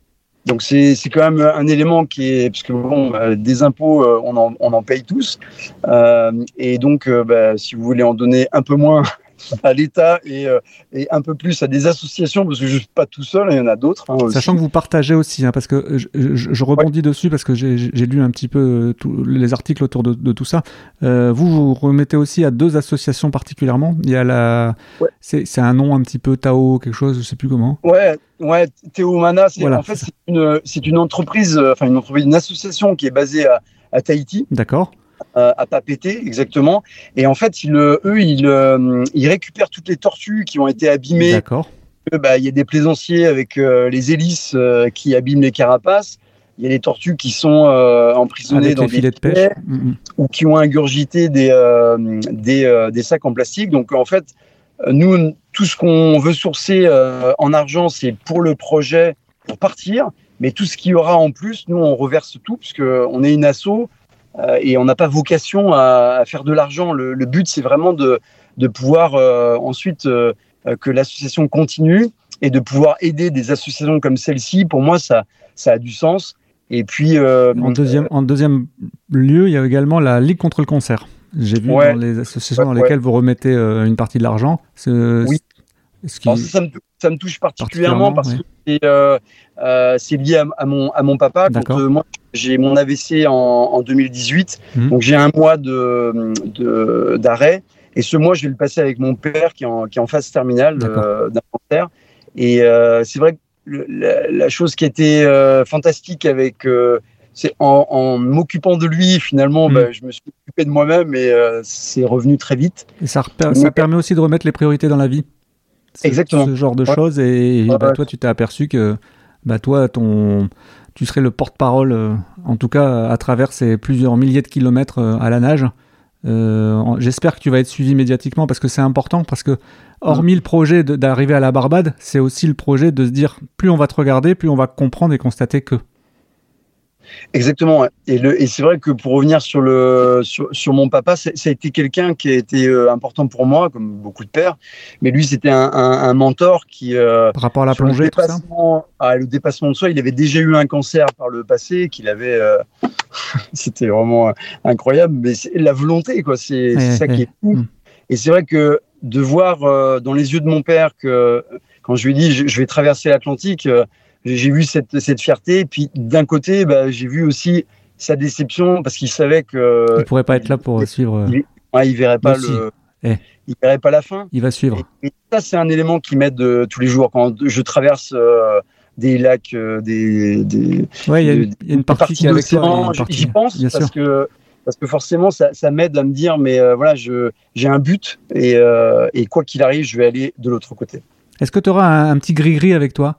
Donc c'est c'est quand même un élément qui est, parce que bon, euh, des impôts, euh, on en on en paye tous, euh, et donc euh, bah, si vous voulez en donner un peu moins à l'État et, euh, et un peu plus à des associations, parce que je suis pas tout seul, il y en a d'autres. Hein, Sachant que vous partagez aussi, hein, parce que je, je, je rebondis ouais. dessus, parce que j'ai, j'ai lu un petit peu tous les articles autour de, de tout ça. Euh, vous, vous remettez aussi à deux associations particulièrement. Il y a la, ouais. c'est, c'est un nom un petit peu Tao, quelque chose, je sais plus comment. Ouais, ouais, Teomana, c'est, voilà, en fait, c'est, c'est une, c'est une entreprise, enfin une entreprise, une association qui est basée à, à Tahiti. D'accord. Euh, à Papeete, exactement. Et en fait, ils, eux, ils, euh, ils récupèrent toutes les tortues qui ont été abîmées. D'accord. Il bah, y a des plaisanciers avec euh, les hélices euh, qui abîment les carapaces. Il y a des tortues qui sont euh, emprisonnées avec dans des filets de pêche mmh. ou qui ont ingurgité des, euh, des, euh, des sacs en plastique. Donc, en fait, nous, tout ce qu'on veut sourcer euh, en argent, c'est pour le projet, pour partir. Mais tout ce qu'il y aura en plus, nous, on reverse tout, puisqu'on est une asso. Euh, et on n'a pas vocation à, à faire de l'argent. Le, le but, c'est vraiment de, de pouvoir euh, ensuite euh, que l'association continue et de pouvoir aider des associations comme celle-ci. Pour moi, ça, ça a du sens. Et puis, euh, en, deuxième, euh, en deuxième lieu, il y a également la Ligue contre le cancer. J'ai vu ouais, dans les associations ouais, dans lesquelles ouais. vous remettez euh, une partie de l'argent. C'est, oui. Ce qui... Alors, ça, ça, me, ça me touche particulièrement, particulièrement parce ouais. que c'est, euh, euh, c'est lié à, à, mon, à mon papa. Quand, euh, moi, j'ai mon A V C en, en deux mille dix-huit, mmh. donc j'ai un mois de, de, d'arrêt. Et ce mois, je vais le passer avec mon père qui est en, qui est en phase terminale euh, d'un cancer. Et euh, c'est vrai que le, la, la chose qui était euh, fantastique avec... Euh, c'est en, en m'occupant de lui, finalement, mmh. bah, je me suis occupé de moi-même et euh, c'est revenu très vite. Et ça, repère, ça permet aussi de remettre les priorités dans la vie. Ce, Exactement. Ce genre de ouais. choses. Et, et ouais, bah, ouais. toi, tu t'es aperçu que bah, toi, ton, tu serais le porte-parole, euh, en tout cas à travers ces plusieurs milliers de kilomètres euh, à la nage. Euh, j'espère que tu vas être suivi médiatiquement parce que c'est important. Parce que, hormis mmh. le projet de, d'arriver à la Barbade, c'est aussi le projet de se dire plus on va te regarder, plus on va comprendre et constater que. Exactement. Ouais. Et, le, et c'est vrai que pour revenir sur, le, sur, sur mon papa, ça a été quelqu'un qui a été euh, important pour moi, comme beaucoup de pères. Mais lui, c'était un, un, un mentor qui... Euh, par rapport à la plongée, tout ça ah, le dépassement de soi, il avait déjà eu un cancer par le passé, qu'il avait... Euh, c'était vraiment incroyable. Mais c'est la volonté, quoi. C'est, ouais, c'est ça ouais. qui est fou. Mmh. Et c'est vrai que de voir euh, dans les yeux de mon père que quand je lui ai dit je, je vais traverser l'Atlantique... Euh, j'ai vu cette, cette fierté, et puis d'un côté, bah, j'ai vu aussi sa déception parce qu'il savait que il pourrait pas être là pour il, suivre. Il, ouais, il verrait pas le, si. eh. il verrait pas la fin. Il va suivre. Et, et ça, c'est un élément qui m'aide euh, tous les jours quand je traverse euh, des lacs, euh, des, des. Ouais, il y a une, y a une partie qui est avec toi. J'y pense parce sûr. que parce que forcément, ça, ça m'aide à me dire, mais euh, voilà, je j'ai un but et euh, et quoi qu'il arrive, je vais aller de l'autre côté. Est-ce que tu auras un, un petit gris-gris avec toi?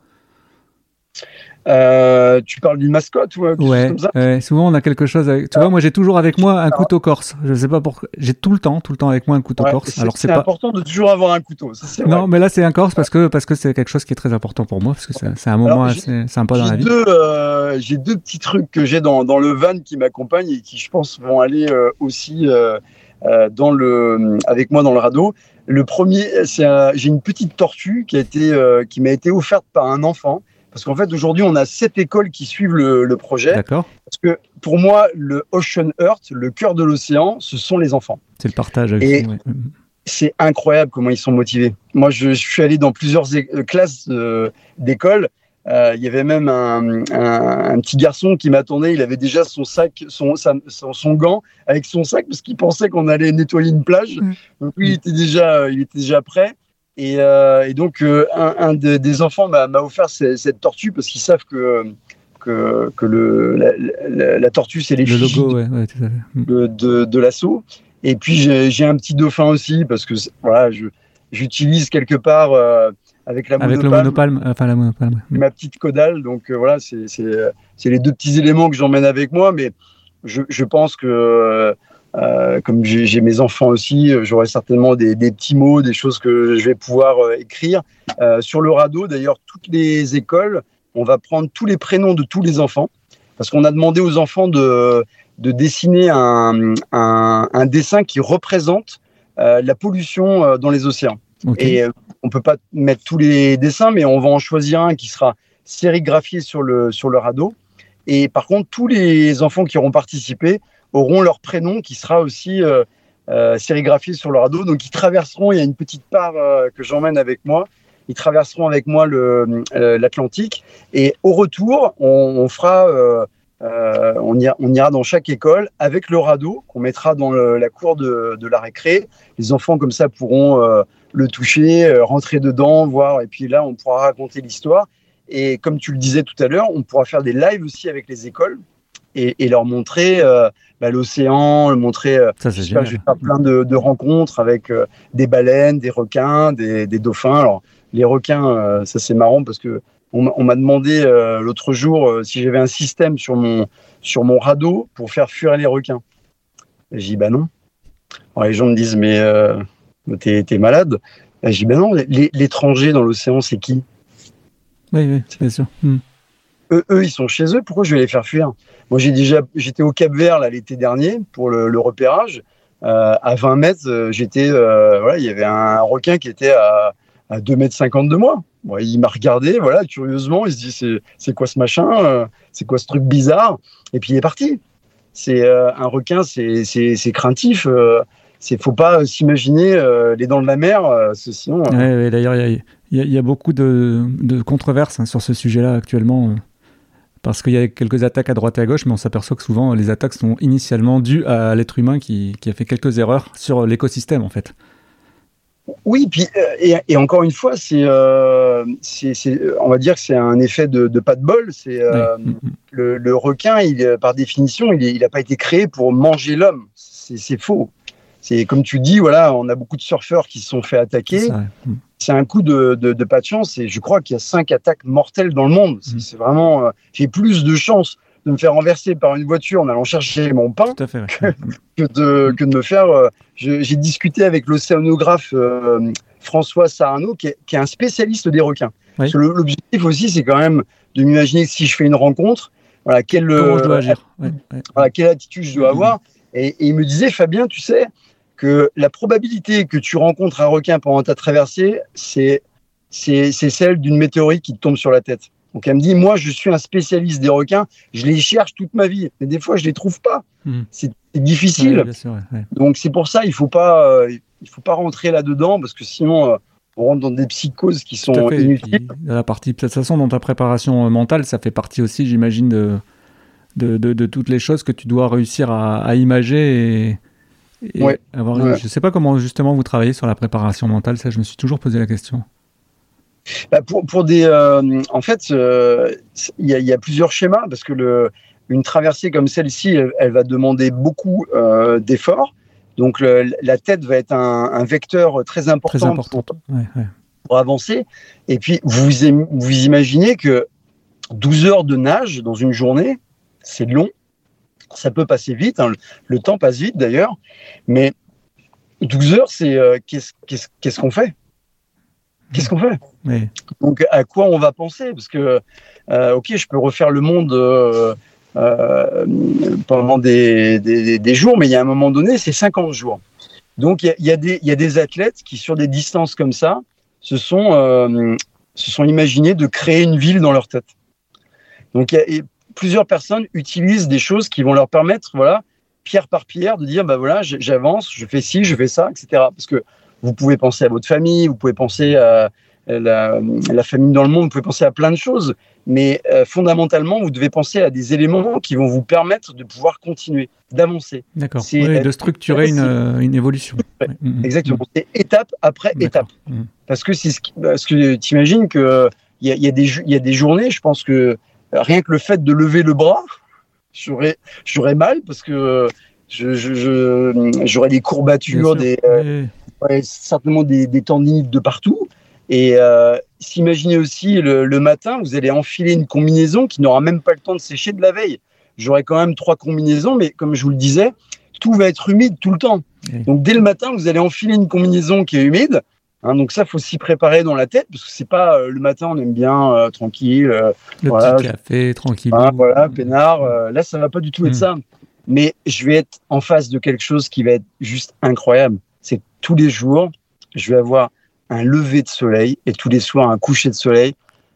Euh, tu parles d'une mascotte ou quelque ouais, chose comme ça ouais, souvent on a quelque chose avec... Tu ah. vois, moi j'ai toujours avec moi un couteau corse. Je sais pas pourquoi. J'ai tout le temps, tout le temps avec moi un couteau ouais, corse. C'est, Alors c'est, c'est pas important de toujours avoir un couteau. Ça, c'est non, vrai. mais là c'est un corse parce que parce que c'est quelque chose qui est très important pour moi parce que c'est, c'est un moment Alors, assez sympa dans la vie. Deux, euh, j'ai deux petits trucs que j'ai dans dans le van qui m'accompagnent et qui je pense vont aller euh, aussi euh, euh, dans le avec moi dans le radeau. Le premier, c'est un, j'ai une petite tortue qui a été euh, qui m'a été offerte par un enfant. Parce qu'en fait, aujourd'hui, on a sept écoles qui suivent le, le projet. D'accord. Parce que pour moi, le Ocean Earth, le cœur de l'océan, ce sont les enfants. C'est le partage. Et aussi, ouais. c'est incroyable comment ils sont motivés. Moi, je, je suis allé dans plusieurs é- classes euh, d'école. Euh, il y avait même un, un, un petit garçon qui m'attendait. Il avait déjà son sac, son, sa, son, son gant avec son sac parce qu'il pensait qu'on allait nettoyer une plage. Mmh. Donc lui, il était déjà, il était déjà prêt. Et, euh, et donc, euh, un, un de, des enfants m'a, m'a offert cette, cette tortue parce qu'ils savent que, que, que le, la, la, la tortue, c'est l'effigie le logo, ouais, ouais, tout à fait. de, de, de l'assaut. Et puis, j'ai, j'ai un petit dauphin aussi parce que voilà, je, j'utilise quelque part euh, avec la avec monopalme, le monopalme, enfin la monopalme. Ma petite caudale. Donc, euh, voilà, c'est, c'est, c'est les deux petits éléments que j'emmène avec moi. Mais je, je pense que... Euh, Euh, comme j'ai, j'ai mes enfants aussi, j'aurai certainement des, des petits mots, des choses que je vais pouvoir euh, écrire. Euh, sur le radeau, d'ailleurs, toutes les écoles, on va prendre tous les prénoms de tous les enfants, parce qu'on a demandé aux enfants de, de dessiner un, un, un dessin qui représente euh, la pollution euh, dans les océans. Okay. Et euh, on ne peut pas mettre tous les dessins, mais on va en choisir un qui sera sérigraphiés sur le, sur le radeau. Et par contre, tous les enfants qui auront participé auront leur prénom qui sera aussi euh, euh, sérigraphié sur le radeau. Donc, ils traverseront, il y a une petite part euh, que j'emmène avec moi, ils traverseront avec moi le, euh, l'Atlantique. Et au retour, on, on fera... Euh, Euh, on, ira, on ira dans chaque école avec le radeau qu'on mettra dans le, la cour de, de la récré. Les enfants comme ça pourront euh, le toucher, euh, rentrer dedans, voir, et puis là on pourra raconter l'histoire. Et comme tu le disais tout à l'heure, on pourra faire des lives aussi avec les écoles et, et leur montrer euh, bah, l'océan, leur montrer. Euh, ça, c'est je, sais pas, je vais faire plein de, de rencontres avec euh, des baleines, des requins, des, des dauphins. Alors les requins, euh, ça c'est marrant parce que On, on m'a demandé euh, l'autre jour euh, si j'avais un système sur mon, sur mon radeau pour faire fuir les requins. Et j'ai dit, bah non. Alors, les gens me disent, mais euh, t'es, t'es malade. Et j'ai dit, bah non, les, l'étranger dans l'océan, c'est qui ? Oui, oui, bien sûr. Mm. Eux, eux, ils sont chez eux, pourquoi je vais les faire fuir ? Moi, j'ai déjà, j'étais au Cap-Vert là, l'été dernier pour le, le repérage. Euh, à vingt mètres, euh, j'étais, euh, voilà, il y avait un requin qui était à, à deux mètres cinquante de moi. Bon, il m'a regardé, voilà, curieusement, il se dit c'est, c'est quoi ce machin, euh, c'est quoi ce truc bizarre, et puis il est parti. C'est euh, un requin, c'est, c'est, c'est craintif. Euh, c'est faut pas euh, s'imaginer euh, les dents de la mer, euh, sinon. Euh... Ouais, ouais, d'ailleurs, il y, y, y a beaucoup de, de controverses hein, sur ce sujet-là actuellement, euh, parce qu'il y a quelques attaques à droite et à gauche, mais on s'aperçoit que souvent les attaques sont initialement dues à l'être humain qui, qui a fait quelques erreurs sur l'écosystème en fait. Oui, puis et, et encore une fois, c'est, euh, c'est, c'est, on va dire que c'est un effet de, de pas de bol. C'est euh, oui. le, le requin, il, par définition, il n'a pas été créé pour manger l'homme. C'est, c'est faux. C'est comme tu dis, voilà, on a beaucoup de surfeurs qui se sont fait attaquer. C'est, ça, ouais. c'est un coup de, de, de pas de chance. Et je crois qu'il y a cinq attaques mortelles dans le monde. C'est, c'est vraiment, euh, j'ai plus de chance de me faire renverser par une voiture en allant chercher mon pain Tout à fait, ouais. que, que, de, que de me faire... Euh, je, j'ai discuté avec l'océanographe euh, François Sarano, qui est, qui est un spécialiste des requins. Oui. Parce que le, l'objectif aussi, c'est quand même de m'imaginer que si je fais une rencontre, voilà, quelle, comment je dois agir. Ouais, ouais. Voilà, quelle attitude je dois avoir. Et, et il me disait, Fabien, tu sais, que la probabilité que tu rencontres un requin pendant ta traversée, c'est, c'est, c'est celle d'une météorite qui te tombe sur la tête. Donc, elle me dit, moi, je suis un spécialiste des requins, je les cherche toute ma vie, mais des fois, je les trouve pas. Mmh. C'est, c'est difficile. Ouais, bien sûr, ouais, ouais. Donc, c'est pour ça, il faut pas, euh, il faut pas rentrer là-dedans, parce que sinon, euh, on rentre dans des psychoses qui sont inutiles. La partie, de toute façon, dans ta préparation mentale, ça fait partie aussi, j'imagine, de, de, de, de toutes les choses que tu dois réussir à, à imager et, et ouais. avoir. Ouais. Je sais pas comment, justement, vous travaillez sur la préparation mentale, ça, je me suis toujours posé la question. Bah pour, pour des, euh, en fait, il euh, y, y a plusieurs schémas parce que le, une traversée comme celle-ci, elle, elle va demander beaucoup euh, d'efforts. Donc le, la tête va être un, un vecteur très important, très important. Pour, ouais, ouais. pour avancer. Et puis vous vous imaginez que douze heures de nage dans une journée, c'est long. Ça peut passer vite. Hein, le, le temps passe vite d'ailleurs, mais douze heures, c'est euh, qu'est-ce, qu'est-ce, qu'est-ce qu'on fait? Qu'est-ce qu'on fait ? Oui. Donc, à quoi on va penser ? Parce que, euh, ok, je peux refaire le monde euh, euh, pendant des, des, des jours, mais il y a un moment donné, c'est cinquante jours. Donc, il y, y, y a des athlètes qui, sur des distances comme ça, se sont, euh, se sont imaginés de créer une ville dans leur tête. Donc, y a, y, plusieurs personnes utilisent des choses qui vont leur permettre, voilà, pierre par pierre, de dire, bah voilà, j'avance, je fais ci, je fais ça, et cetera. Parce que vous pouvez penser à votre famille, vous pouvez penser à la, la famille dans le monde, vous pouvez penser à plein de choses, mais euh, fondamentalement, vous devez penser à des éléments qui vont vous permettre de pouvoir continuer, d'avancer. D'accord, c'est, oui, de structurer une, euh, une évolution. Ouais, mmh, exactement, mmh. C'est étape après D'accord. étape. Mmh. Parce que, c'est ce qui, parce que tu imagines qu'il y, y, y a des journées, je pense que rien que le fait de lever le bras, j'aurais, j'aurais mal parce que je, je, je, j'aurais des courbatures, des... Euh, oui. Ouais, certainement des, des tendinites de partout. Et euh, s'imaginer aussi le, le matin, vous allez enfiler une combinaison qui n'aura même pas le temps de sécher de la veille. J'aurai quand même trois combinaisons, mais comme je vous le disais, tout va être humide tout le temps. Oui. Donc dès le matin, vous allez enfiler une combinaison qui est humide. Hein, donc ça, faut s'y préparer dans la tête, parce que c'est pas euh, le matin, on aime bien euh, tranquille. Euh, le voilà, petit café, tranquille. Hein, voilà, peinard. Euh, là, ça va pas du tout être mmh. ça. Mais je vais être en face de quelque chose qui va être juste incroyable. C'est que tous les jours, je vais avoir un lever de soleil et tous les soirs un coucher de soleil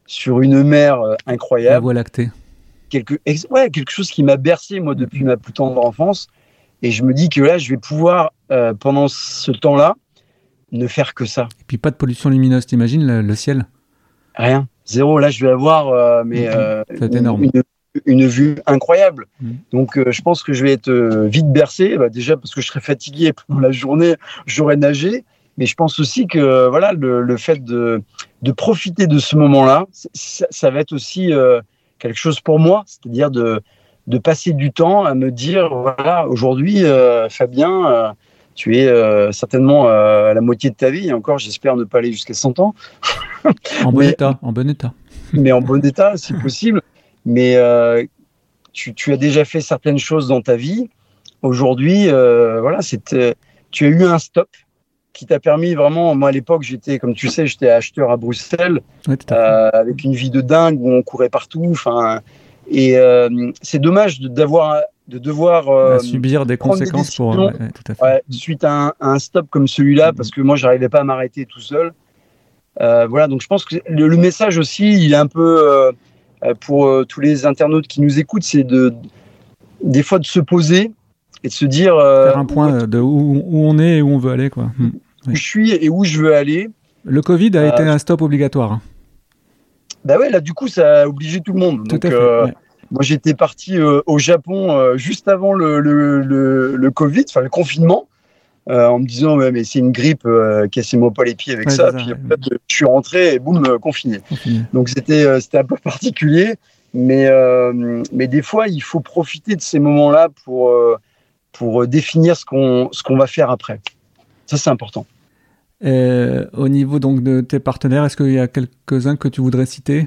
sur une mer euh, incroyable. La Voie lactée. Quelque, ex- ouais, quelque chose qui m'a bercé, moi, depuis ma plus tendre enfance. Et je me dis que là, je vais pouvoir, euh, pendant ce temps-là, ne faire que ça. Et puis pas de pollution lumineuse, t'imagines le, le ciel? Rien. Zéro. Là, je vais avoir euh, mais, euh, c'est énorme. Une, une vue incroyable. Mmh. Donc, euh, je pense que je vais être euh, vite bercé. Bah, déjà, parce que je serai fatigué pendant la journée, j'aurai nagé. Mais je pense aussi que voilà, le, le fait de, de profiter de ce moment-là, ça, ça va être aussi euh, quelque chose pour moi. C'est-à-dire de, de passer du temps à me dire, voilà, aujourd'hui, euh, Fabien, euh, tu es euh, certainement euh, à la moitié de ta vie. Et encore, j'espère ne pas aller jusqu'à cent ans. En bon mais, état, en bon état. Mais en bon état, si possible. Mais euh, tu, tu as déjà fait certaines choses dans ta vie. Aujourd'hui, euh, voilà, c'était, tu as eu un stop qui t'a permis vraiment, moi à l'époque, j'étais, comme tu sais, j'étais acheteur à Bruxelles, ouais, euh, avec une vie de dingue où on courait partout. Enfin, et euh, c'est dommage de, d'avoir, de devoir euh, à subir des conséquences des pour ouais, ouais, tout à fait. Ouais, suite à un, à un stop comme celui-là, mmh. parce que moi, j'arrivais pas à m'arrêter tout seul. Euh, voilà, donc je pense que le, le message aussi, il est un peu euh, pour euh, tous les internautes qui nous écoutent, c'est de des fois de se poser et de se dire euh, faire un point de où, où on est et où on veut aller, quoi. Où oui. je suis et où je veux aller. Le Covid a euh, été un stop obligatoire. Bah ouais, là du coup ça a obligé tout le monde. Tout donc, à fait, euh, ouais. Moi j'étais parti euh, au Japon euh, juste avant le, le, le, le Covid, enfin le confinement. Euh, en me disant ouais, mais c'est une grippe, euh, cassez-moi pas les pieds avec ouais, ça. Puis après, ouais. je suis rentré et boum, euh, confiné. confiné. Donc c'était euh, c'était un peu particulier, mais euh, mais des fois il faut profiter de ces moments-là pour euh, pour définir ce qu'on ce qu'on va faire après. Ça c'est important. Et au niveau donc de tes partenaires, est-ce qu'il y a quelques-uns que tu voudrais citer?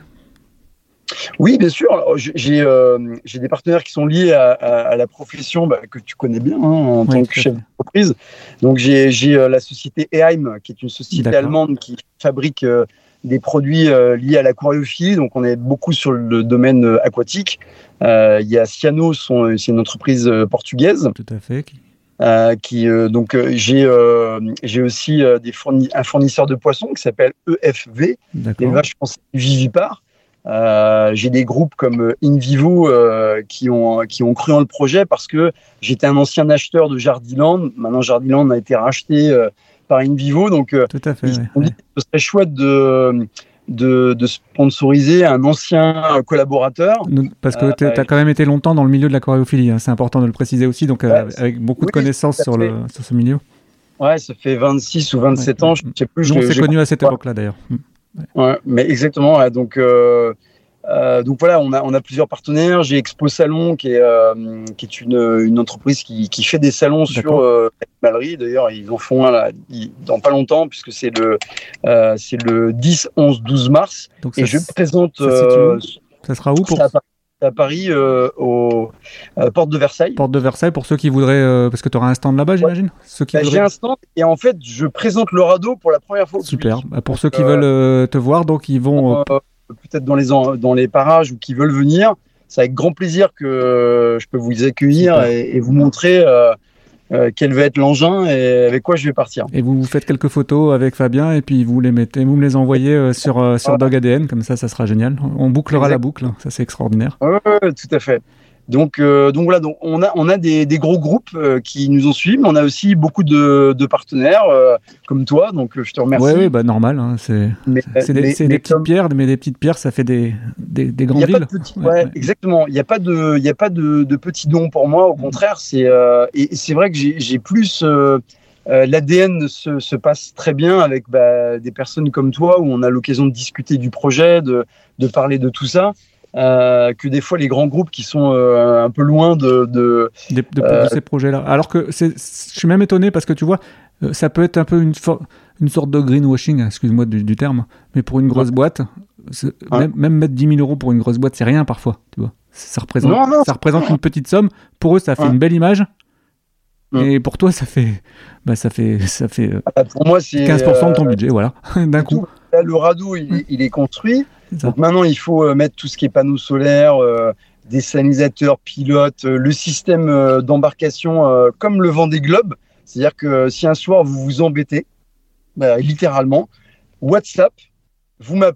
Oui, bien sûr. Alors, j'ai, euh, j'ai des partenaires qui sont liés à, à, à la profession bah, que tu connais bien hein, en oui, tant que chef d'entreprise. Donc, j'ai, j'ai euh, la société Eheim, qui est une société D'accord. allemande qui fabrique euh, des produits euh, liés à l'aquariophilie. Donc, on est beaucoup sur le domaine euh, aquatique. Euh, il y a Ciano, son, c'est une entreprise euh, portugaise. Tout à fait. Euh, qui, euh, donc, euh, j'ai, euh, j'ai aussi euh, des fourni- un fournisseur de poissons qui s'appelle E F V, l'élevage français vivipare. Euh, j'ai des groupes comme InVivo euh, qui ont qui ont cru en le projet parce que j'étais un ancien acheteur de Jardiland. Maintenant, Jardiland a été racheté euh, par InVivo, donc euh, tout à fait. Ils ouais, ont dit ouais. que ce serait chouette de de, de sponsoriser un ancien collaborateur. Parce que tu as euh, quand même été longtemps dans le milieu de l'aquariophilie, hein. C'est important de le préciser aussi, donc ouais, euh, avec beaucoup oui, de connaissances sur le sur ce milieu. Ouais, ça fait vingt-six ou vingt-sept ouais, ans, je ne sais plus. Nous, je, on s'est connus à cette époque-là d'ailleurs. Ouais. Ouais, mais exactement. Ouais, donc, euh, euh, donc voilà, on a on a plusieurs partenaires. J'ai Expo Salon qui est euh, qui est une une entreprise qui qui fait des salons D'accord. sur euh, l'animalerie. D'ailleurs, ils en font un là, ils, dans pas longtemps puisque c'est le euh, c'est le dix, onze, douze mars. Donc, et je présente. Ça, euh, ça sera où pour ça à Paris, euh, aux euh, Porte de Versailles. Porte de Versailles, pour ceux qui voudraient... Euh, parce que tu auras un stand là-bas, j'imagine ouais. ceux qui bah, voudraient... J'ai un stand, et en fait, je présente le radeau pour la première fois au Super. public. Bah, pour donc, ceux qui euh, veulent euh, te voir, donc ils vont... Euh, peut-être dans les, dans les parages ou qui veulent venir, c'est avec grand plaisir que euh, je peux vous accueillir et, et vous montrer euh, euh, quel va être l'engin et avec quoi je vais partir. Et vous, vous faites quelques photos avec Fabien et puis vous les mettez, vous me les envoyez euh, sur, euh, sur voilà. Dog A D N, comme ça, ça sera génial. On bouclera exact. La boucle, ça c'est extraordinaire. Oui, ouais, tout à fait. Donc, euh, donc voilà, donc on a on a des, des gros groupes euh, qui nous ont suivis, mais on a aussi beaucoup de, de partenaires euh, comme toi. Donc je te remercie. Oui, ouais, bah normal. Hein, c'est mais, c'est des, mais, c'est mais des petites comme... pierres, mais des petites pierres, ça fait des des, des grandes villes. Petit, ouais, ouais, ouais, exactement. Il n'y a pas de il y a pas de, de petits dons pour moi. Au contraire, c'est euh, et c'est vrai que j'ai j'ai plus euh, euh, l'A D N se, se passe très bien avec bah, des personnes comme toi où on a l'occasion de discuter du projet, de de parler de tout ça. Euh, que des fois les grands groupes qui sont euh, un peu loin de de, de, de, euh, de ces projets-là. Alors que c'est, je suis même étonné parce que tu vois, euh, ça peut être un peu une, for- une sorte de greenwashing, excuse-moi du, du terme, mais pour une grosse ouais. boîte, ouais. même, même mettre dix mille euros pour une grosse boîte, c'est rien parfois, tu vois. Ça représente, non, non, ça représente une petite somme. Pour eux, ça fait ouais. une belle image. Et pour toi, ça fait, bah, ça fait, ça fait ah, pour moi, c'est, quinze pour cent de ton budget, voilà, d'un coup. Là, le radeau, il, il est construit. Donc maintenant, il faut euh, mettre tout ce qui est panneaux solaires, euh, désalinisateur, pilote, euh, le système euh, d'embarcation euh, comme le Vendée Globe. C'est-à-dire que euh, si un soir vous vous embêtez, bah, littéralement, WhatsApp, vous m'appelez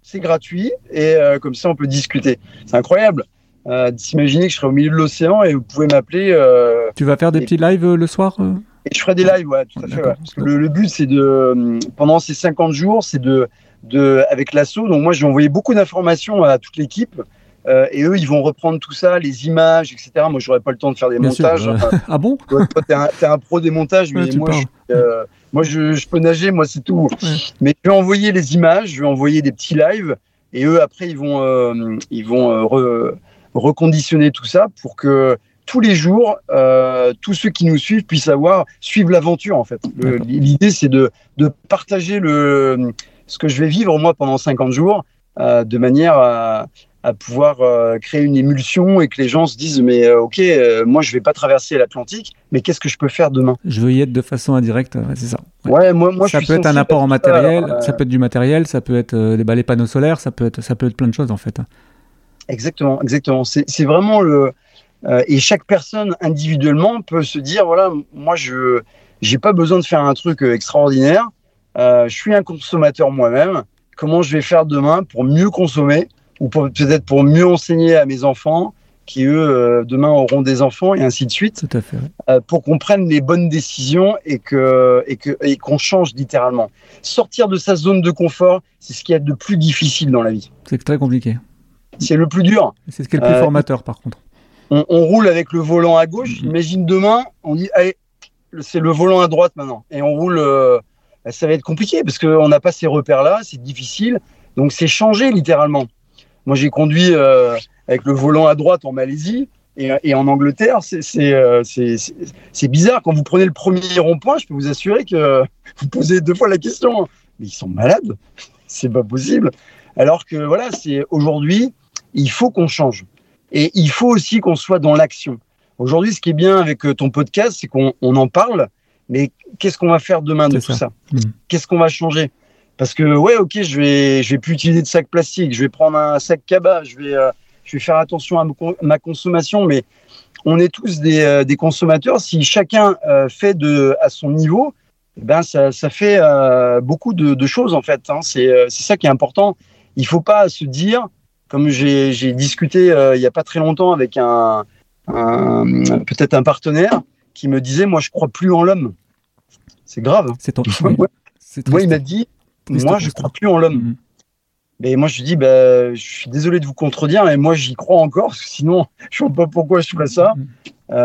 c'est gratuit et euh, comme ça on peut discuter. C'est incroyable euh, de s'imaginer que je serais au milieu de l'océan et vous pouvez m'appeler. Euh, tu vas faire des et, petits lives euh, le soir euh et je ferai des lives, ouais, tout à fait. Ouais. Parce que le, le but, c'est de, pendant ces cinquante jours, c'est de, de, avec l'assaut. Donc moi, j'ai envoyé beaucoup d'informations à toute l'équipe. Euh, et eux, ils vont reprendre tout ça, les images, et cetera. Moi, j'aurais pas le temps de faire des Bien montages. Sûr, euh... ah bon? Toi, toi t'es un, t'es un pro des montages, mais ouais, moi, je, euh, moi je, je peux nager, moi, c'est tout. Ouais. Mais je vais envoyer les images, je vais envoyer des petits lives, et eux, après, ils vont, euh, ils vont euh, re, reconditionner tout ça pour que tous les jours, euh, tous ceux qui nous suivent puissent avoir, suivre l'aventure, en fait. Le, l'idée, c'est de, de partager le, ce que je vais vivre, moi, pendant cinquante jours, euh, de manière à, à pouvoir euh, créer une émulsion et que les gens se disent mais euh, ok, euh, moi je vais pas traverser l'Atlantique, mais qu'est-ce que je peux faire demain? Je veux y être de façon indirecte, ouais, c'est ça. Ouais, ouais moi, moi ça je peut suis être un apport en matériel, ça, euh... ça peut être du matériel, ça peut être euh, des balais panneaux solaires, ça peut être, ça peut être plein de choses en fait. Exactement, exactement. C'est, c'est vraiment le euh, et chaque personne individuellement peut se dire voilà, moi je j'ai pas besoin de faire un truc extraordinaire. Euh, je suis un consommateur moi-même. Comment je vais faire demain pour mieux consommer? Ou pour, peut-être pour mieux enseigner à mes enfants, qui eux, euh, demain auront des enfants, et ainsi de suite, Tout à fait, ouais. euh, pour qu'on prenne les bonnes décisions et, que, et, que, et qu'on change littéralement. Sortir de sa zone de confort, c'est ce qu'il y a de plus difficile dans la vie. C'est très compliqué. C'est le plus dur. C'est ce qui est le plus euh, formateur, par contre. On, on roule avec le volant à gauche. Mmh. Imagine demain, on dit, allez, c'est le volant à droite maintenant. Et on roule, euh, ça va être compliqué, parce qu'on n'a pas ces repères-là, c'est difficile. Donc c'est changer littéralement. Moi, j'ai conduit euh, avec le volant à droite en Malaisie et, et en Angleterre. C'est, c'est, euh, c'est, c'est, c'est bizarre. Quand vous prenez le premier rond-point, je peux vous assurer que vous posez deux fois la question. Mais ils sont malades. C'est pas possible. Alors que voilà, c'est aujourd'hui, il faut qu'on change. Et il faut aussi qu'on soit dans l'action. Aujourd'hui, ce qui est bien avec ton podcast, c'est qu'on on en parle. Mais qu'est-ce qu'on va faire demain de c'est tout ça, ça mmh. Qu'est-ce qu'on va changer? Parce que, ouais, ok, je vais, je vais plus utiliser de sac plastique, je vais prendre un sac cabas, je vais, euh, je vais faire attention à ma consommation, mais on est tous des, euh, des consommateurs. Si chacun euh, fait de, à son niveau, ben ça, ça fait euh, beaucoup de, de choses, en fait. Hein. C'est, euh, c'est ça qui est important. Il ne faut pas se dire, comme j'ai, j'ai discuté euh, il n'y a pas très longtemps avec un, un, peut-être un partenaire qui me disait, moi, je ne crois plus en l'homme. C'est grave. C'est ton... moi, c'est moi, il m'a dit, moi, je ne crois plus en l'homme. Mmh. Mais moi, je lui dis, bah, je suis désolé de vous contredire, mais moi, j'y crois encore, parce que sinon, je ne vois pas pourquoi je ferais ça. Mmh.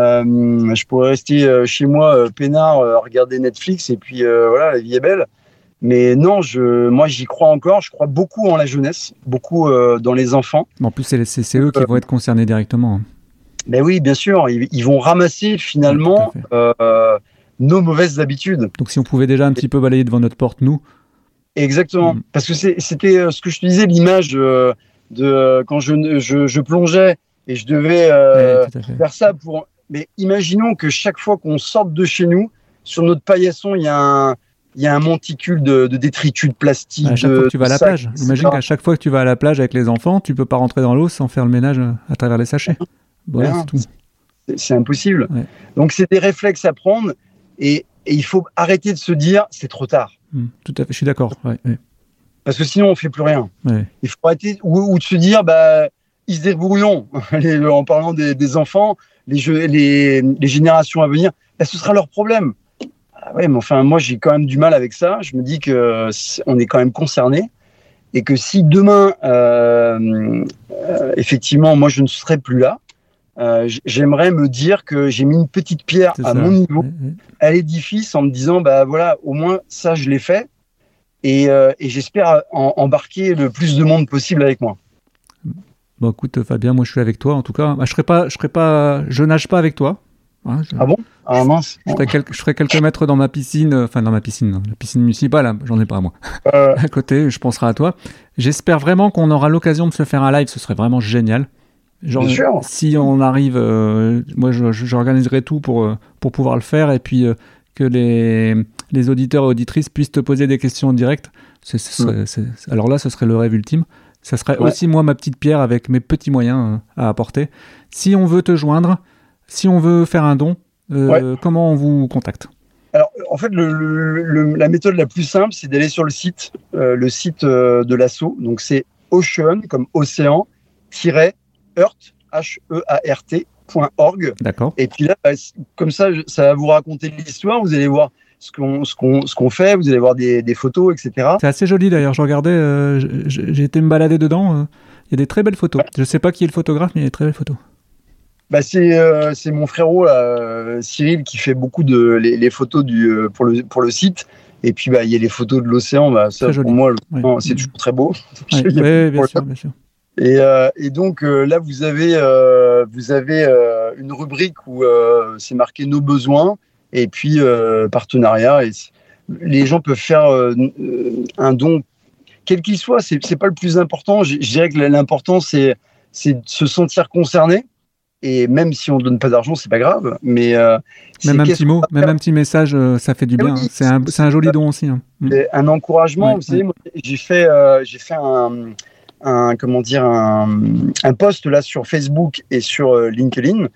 Euh, je pourrais rester chez moi, euh, peinard, euh, regarder Netflix, et puis euh, voilà, la vie est belle. Mais non, je, moi, j'y crois encore. Je crois beaucoup en la jeunesse, beaucoup euh, dans les enfants. En plus, c'est, c'est, c'est eux qui euh, vont être concernés directement. Ben oui, bien sûr. Ils, ils vont ramasser, finalement, oui, euh, nos mauvaises habitudes. Donc, si on pouvait déjà un petit peu balayer devant notre porte, nous... Exactement, mmh. parce que c'est, c'était euh, ce que je te disais, l'image euh, de euh, quand je, je, je plongeais et je devais euh, ouais, faire ça pour. Mais imaginons que chaque fois qu'on sorte de chez nous, sur notre paillasson, il y a un, il y a un monticule de, de détritus de plastique. À chaque de, fois que tu vas à la sac, plage, imagine qu'à chaque fois que tu vas à la plage avec les enfants, tu peux pas rentrer dans l'eau sans faire le ménage à travers les sachets. Voilà, ouais, c'est tout. C'est, c'est impossible. Ouais. Donc c'est des réflexes à prendre et, et il faut arrêter de se dire c'est trop tard. Mmh, tout à fait, je suis d'accord. Ouais, ouais. Parce que sinon, on ne fait plus rien. Ouais. Il faut arrêter ou, ou de se dire, bah, ils se débrouillons. Les, en parlant des, des enfants, les, jeux, les, les générations à venir, bah, ce sera leur problème. Ah ouais, mais enfin, moi, j'ai quand même du mal avec ça. Je me dis qu'on est quand même concerné et que si demain, euh, euh, effectivement, moi, je ne serai plus là, Euh, j'aimerais me dire que j'ai mis une petite pierre c'est à ça. mon niveau, ouais, ouais. à l'édifice, en me disant, bah voilà, au moins ça, je l'ai fait, et, euh, et j'espère en, embarquer le plus de monde possible avec moi. Bon, écoute, Fabien, moi je suis avec toi, en tout cas. Bah, je serai pas, je serai pas, je nage pas avec toi. Hein, je, ah bon Ah mince. Je, je, ferai quelques, je ferai quelques mètres dans ma piscine, enfin dans ma piscine, la piscine municipale, hein, j'en ai pas moi. Euh... à côté, je penserai à toi. J'espère vraiment qu'on aura l'occasion de se faire un live, ce serait vraiment génial. Genre, si on arrive, euh, moi je, je, j'organiserai tout pour, pour pouvoir le faire et puis euh, que les, les auditeurs et auditrices puissent te poser des questions en direct. C'est, ce serait, c'est, alors là, ce serait le rêve ultime. Ça serait ouais. aussi moi ma petite pierre avec mes petits moyens euh, à apporter. Si on veut te joindre, si on veut faire un don, euh, ouais. comment on vous contacte ? Alors, en fait, le, le, le, la méthode la plus simple, c'est d'aller sur le site, euh, le site euh, de l'asso. Donc, c'est Ocean, comme océan, tiret, Earth, H E A R T, point org. D'accord. Et puis là, comme ça, ça va vous raconter l'histoire. Vous allez voir ce qu'on, ce qu'on, ce qu'on fait. Vous allez voir des, des photos, et cetera. C'est assez joli d'ailleurs. Je regardais, euh, j'ai été me balader dedans. Il euh, y a des très belles photos. Je ne sais pas qui est le photographe, mais il y a des très belles photos. Bah c'est euh, c'est mon frérot là, Cyril, qui fait beaucoup de les, les photos du euh, pour le pour le site. Et puis bah il y a les photos de l'océan. Bah ça, pour moi, oui. c'est toujours très beau. Oui, oui, bien sûr, bien sûr. Et, euh, et donc euh, là vous avez euh, vous avez euh, une rubrique où euh, c'est marqué nos besoins et puis euh, partenariat. Et les gens peuvent faire euh, un don quel qu'il soit. C'est c'est pas le plus important. Je, je dirais que l'important c'est c'est de se sentir concerné. Et même si on ne donne pas d'argent, c'est pas grave. Mais euh, même un petit mot, même un petit message, euh, ça fait du bien. Oui, c'est un, c'est un joli don aussi. Hein. Un encouragement. Ouais, vous savez, ouais. moi, j'ai fait, euh, j'ai fait un, un, comment dire, un, un post là sur Facebook et sur euh, LinkedIn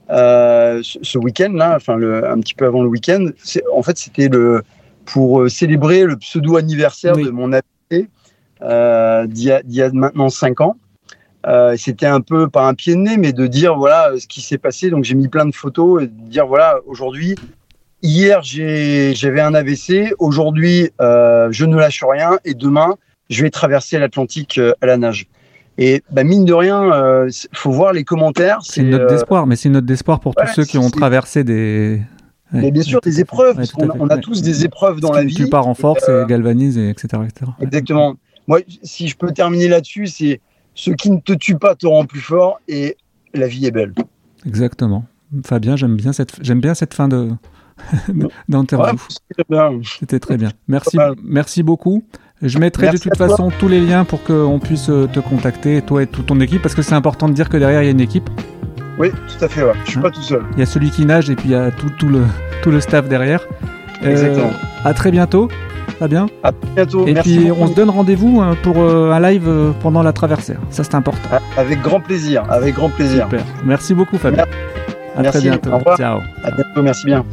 euh, ce, ce week-end là, enfin le, un petit peu avant le week-end. C'est, en fait, c'était le pour euh, célébrer le pseudo anniversaire oui. de mon A P C euh, d'il y a, d'il y a maintenant cinq ans. Euh, c'était un peu, pas un pied de nez, mais de dire voilà ce qui s'est passé. Donc j'ai mis plein de photos et de dire voilà, aujourd'hui, hier j'ai, j'avais un A V C, aujourd'hui euh, je ne lâche rien et demain je vais traverser l'Atlantique euh, à la nage. Et bah, mine de rien, il euh, faut voir les commentaires. C'est, c'est une note euh... d'espoir, mais c'est une note d'espoir pour ouais, tous ceux qui ont traversé des. Ouais, mais bien sûr, des épreuves, ouais, parce qu'on on a ouais. tous des épreuves dans parce la vie. Tu pars en force et, euh... et galvanise, et etc., et cetera. Exactement. Moi, si je peux terminer là-dessus, c'est ce qui ne te tue pas te rend plus fort et la vie est belle. Exactement. Fabien, j'aime bien cette, j'aime bien cette fin de, d'interview. Ouais, c'était, bien. c'était très bien. Merci, merci beaucoup. Je mettrai merci de toute façon tous les liens pour qu'on puisse te contacter, toi et toute ton équipe, parce que c'est important de dire que derrière, il y a une équipe. Oui, tout à fait. Ouais. Je ne suis hein pas tout seul. Il y a celui qui nage et puis il y a tout, tout, le, tout le staff derrière. Exactement. Euh, à très bientôt. Fabien. À bientôt. Et merci puis beaucoup. on se donne rendez-vous pour un live pendant la traversée. Ça c'est important. Avec grand plaisir. Avec grand plaisir. Super. Merci beaucoup Fabien. Merci. À merci. très bientôt. Au revoir. Ciao. À bientôt. Merci bien.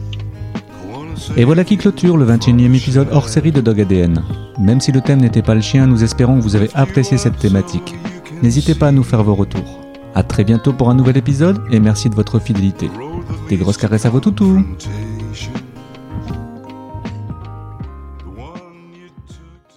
Et voilà qui clôture le vingt et unième épisode hors série de Dog A D N. Même si le thème n'était pas le chien, nous espérons que vous avez apprécié cette thématique. N'hésitez pas à nous faire vos retours. À très bientôt pour un nouvel épisode et merci de votre fidélité. Des grosses caresses à vos toutous.